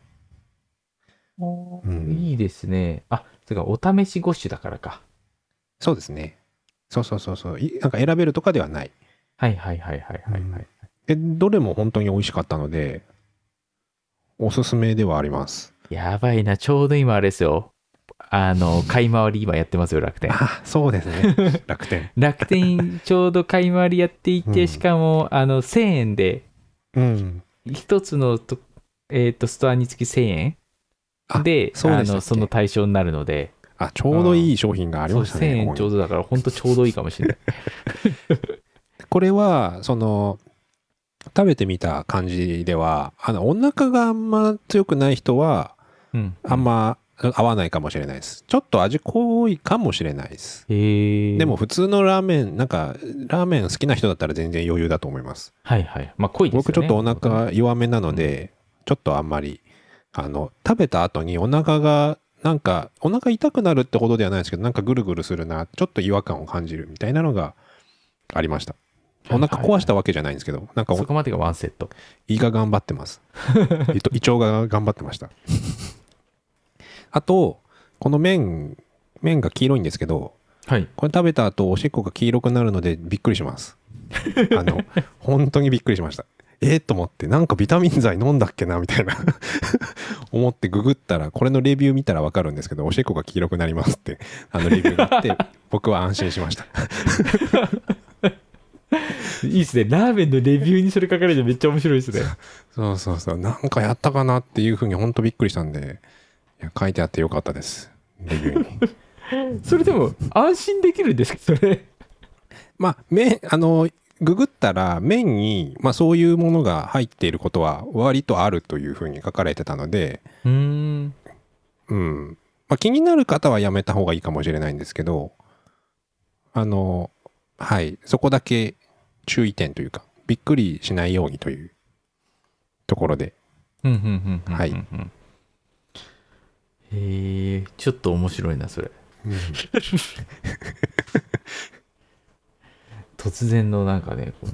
いいですね。それからお試し5種だからか。 そうですね。そう。なんか選べるとかではない。 はい。 どれも本当に美味しかったので、おすすめではあります。 やばいな、ちょうど今あれですよ。買い回り今やってますよ、楽天。 そうですね。楽天。 楽天ちょうど買い回りやっていて、しかも、1000円で、一つのストアにつき1000円で、その対象になるので。 ちょうどいい商品がありましたね。 1000円ちょうどだから、本当ちょうどいいかもしれない。 これは、食べてみた感じでは、お腹があんま強くない人は、あんま合わないかもしれないです。ちょっと味濃いかもしれないです。でも普通のラーメン、なんか、ラーメン好きな人だったら全然余裕だと思います。 濃いですよね。 僕ちょっとお腹弱めなので、ちょっとあんまり、食べた後にお腹が、なんか、お腹痛くなるってほどではないですけど、なんかぐるぐるするな、ちょっと違和感を感じるみたいなのがありました。お腹壊したわけじゃないんですけど、なんかそこまでがワンセット。 胃が頑張ってます。胃腸が頑張ってました。あと、この麺が黄色いんですけど、これ食べた後おしっこが黄色くなるのでびっくりします。本当にびっくりしました。と思って、なんかビタミン剤飲んだっけなみたいな思ってググったら、これのレビュー見たらわかるんですけど、おしっこが黄色くなりますってレビューがあって僕は安心しました。 いいですね。ラーメンのレビューにそれ書かれてめっちゃ面白いですね。 そう。なんかやったかなっていうふうに本当びっくりしたんで、書いてあってよかったです。レビューに。 それでも安心できるんですか、それ。 ググったら麺に、そういうものが入っていることは割とあるというふうに書かれてたので、気になる方はやめた方がいいかもしれないんですけど、そこだけ注意点というか、びっくりしないようにというところで。 ちょっと面白いな、それ。突然のなんかね、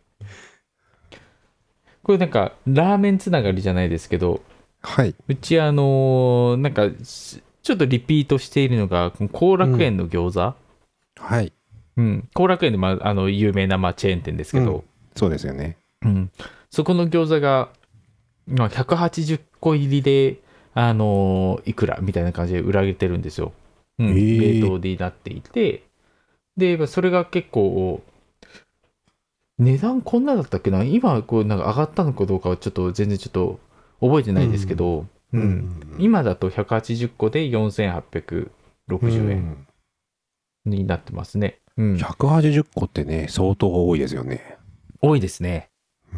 これなんかラーメンつながりじゃないですけど、うちなんかちょっとリピートしているのが後楽園の餃子。後楽園で、有名なチェーン店ですけど、 そうですよね。 そこの餃子が180個入りでいくらみたいな感じで売られてるんですよ。冷凍になっていて、で、それが結構、値段こんなだったっけな、今、こう、なんか上がったのかどうかはちょっと全然ちょっと覚えてないですけど、今だと180個で4860円になってますね。 180個ってね、相当多いですよね。 多いですね。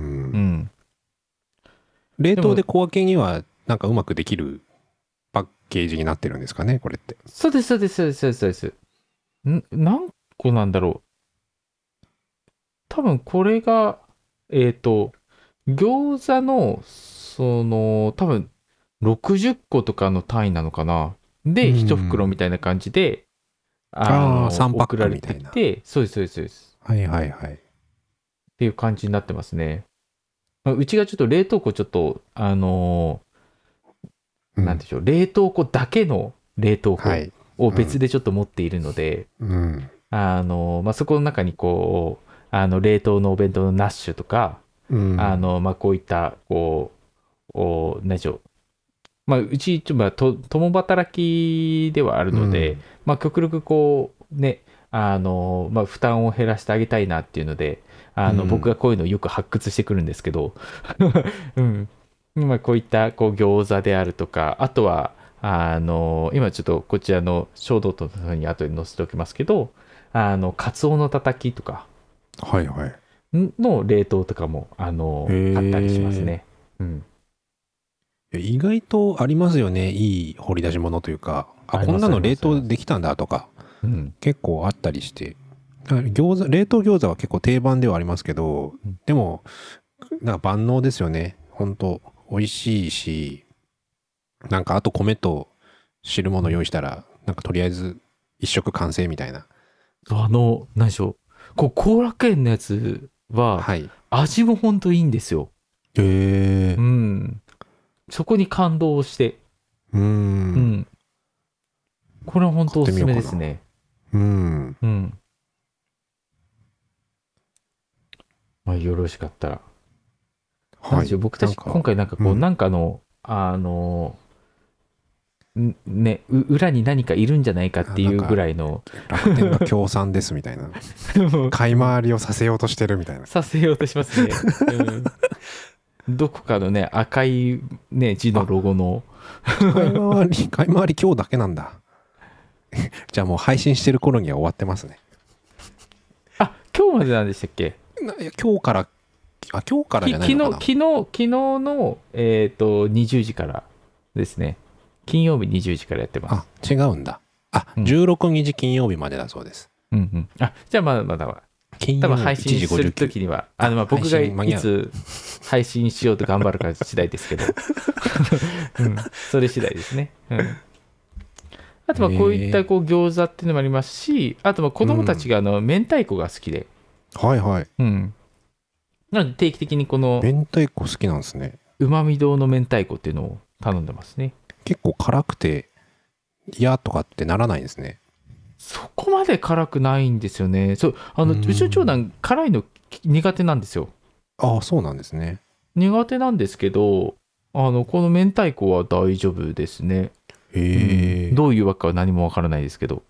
冷凍で小分けにはなんかうまくできるパッケージになってるんですかね、これって。 そうです、そうです、そうです、そうです。何個なんだろう。多分これが、餃子の、多分60個とかの単位なのかな。で、1袋みたいな感じで、 3パックみたいな。 送られてきて、そうです、そうです、そうです。 はいはいはい。 っていう感じになってますね。うちがちょっと冷凍庫ちょっと、なんでしょう、冷凍庫だけの冷凍庫を別でちょっと持っているので、そこの中にこう、冷凍のお弁当のナッシュとか、こういった、何でしょう、うち、共働きではあるので、極力こう、ね、負担を減らしてあげたいなっていうので、僕がこういうのをよく発掘してくるんですけど、こういったこう餃子であるとか、あとは、今ちょっとこちらの小ノートの方に後で載せておきますけど、カツオのたたきとかの冷凍とかも、買ったりしますね。 意外とありますよね、いい掘り出し物というか、こんなの冷凍できたんだとか、結構あったりして、冷凍餃子は結構定番ではありますけど、でもなんか万能ですよね。本当美味しいし、なんかあと米と汁物用意したら、なんかとりあえず一食完成みたいな。 何でしょう、後楽園のやつは味も本当いいんですよ。そこに感動して、これは本当おすすめですね。よろしかったら。僕たち今回なんかこう、なんか裏に何かいるんじゃないかっていうぐらいの楽天が協賛ですみたいな買い回りをさせようとしてるみたいなさせようとしますね、どこかのね赤いね字のロゴの買い回り今日だけなんだじゃあもう配信してる頃には終わってますね。 今日までなんでしたっけ。 今日からじゃないのかな。 昨日の20時からですね。金曜日20時からやってます。 違うんだ。16日金曜日までだそうです。 じゃあまだは多分配信するときには僕がいつ配信しようと頑張るか次第ですけど、それ次第ですね。あとこういった餃子っていうのもありますし、あと子供たちが明太子が好きで、なので定期的にこの明太子好きなんですね。 うまみ堂の明太子っていうのを頼んでますね。 結構辛くて嫌とかってならないんですね。 そこまで辛くないんですよね。うちの長男辛いの苦手なんですよ。 そうなんですね。 苦手なんですけど、この明太子は大丈夫ですね。どういうわけかは何もわからないですけど、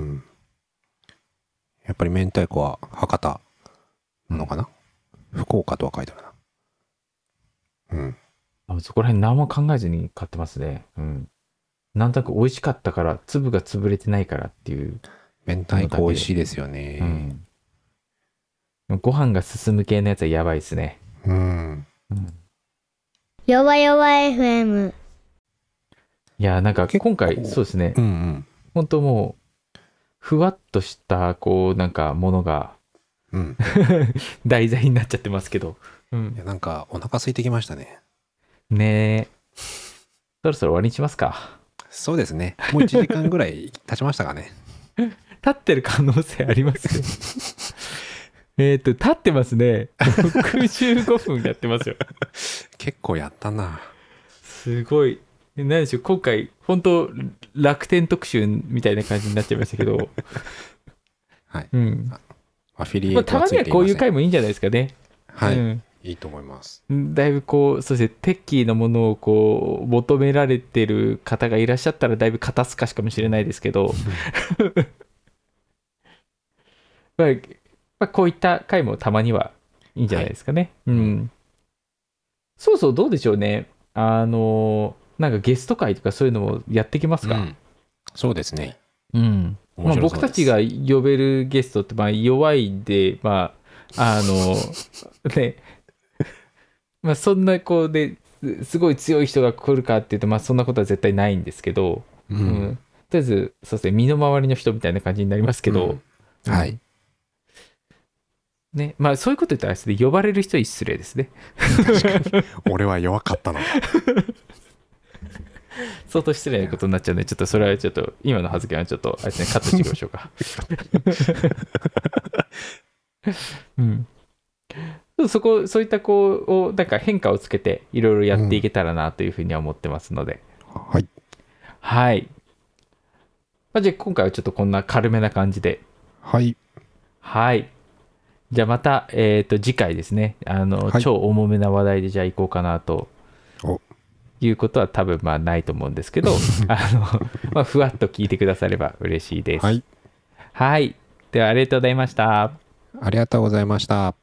やっぱり明太子は博多なのかな、福岡とは書いてあるな。 そこら辺何も考えずに買ってますね。なんとなく美味しかったから、粒が潰れてないからっていう。 明太子美味しいですよね。 ご飯が進む系のやつはやばいですね。 よわよわ FM。 いや、なんか今回、そうですね。本当もう、ふわっとしたなんかものが、題材になっちゃってますけど。 いやなんかお腹空いてきましたね。 ねえ。そろそろ終わりにしますか。 そうですね。もう1時間ぐらい経ちましたかね。 経ってる可能性ありますね。経ってますね。65分やってますよ。 結構やったな。 すごい。何でしょう、今回、本当楽天特集みたいな感じになっちゃいましたけど。 アフィリエイトはついていません。 たまにはこういう回もいいんじゃないですかね。 いいと思います。 だいぶこう、そしてテッキーのものをこう求められてる方がいらっしゃったらだいぶ肩透かしかもしれないですけどまあ、こういった回もたまにはいいんじゃないですかね。はい、うん。そうそう、どうでしょうね。なんかゲスト会とかそういうのもやってきますか？ そうですね。 うん。まあ、僕たちが呼べるゲストってまあ弱いんで、まあ、ね、まあそんなこうですごい強い人が来るかっていうと、まあそんなことは絶対ないんですけど、とりあえず、そうですね、身の回りの人みたいな感じになりますけど、 はい。 ね、まあそういうこと言ったらですね、呼ばれる人は失礼ですね。 確かに。俺は弱かったの。 相当失礼なことになっちゃうんで、ちょっとそれはちょっと、今の発言はちょっと、あれですね、カットしておきましょうか。うん。そういったこう、なんか変化をつけて、いろいろやっていけたらなというふうには思ってますので。 はい。 はい。まあ、じゃあ今回はちょっとこんな軽めな感じで。 はい。 はい。じゃあまた、次回ですね、はい、超重めな話題でじゃあ行こうかなということは多分まあないと思うんですけど、まあ、ふわっと聞いてくだされば嬉しいです。 はい。 はい。ではありがとうございました。 ありがとうございました。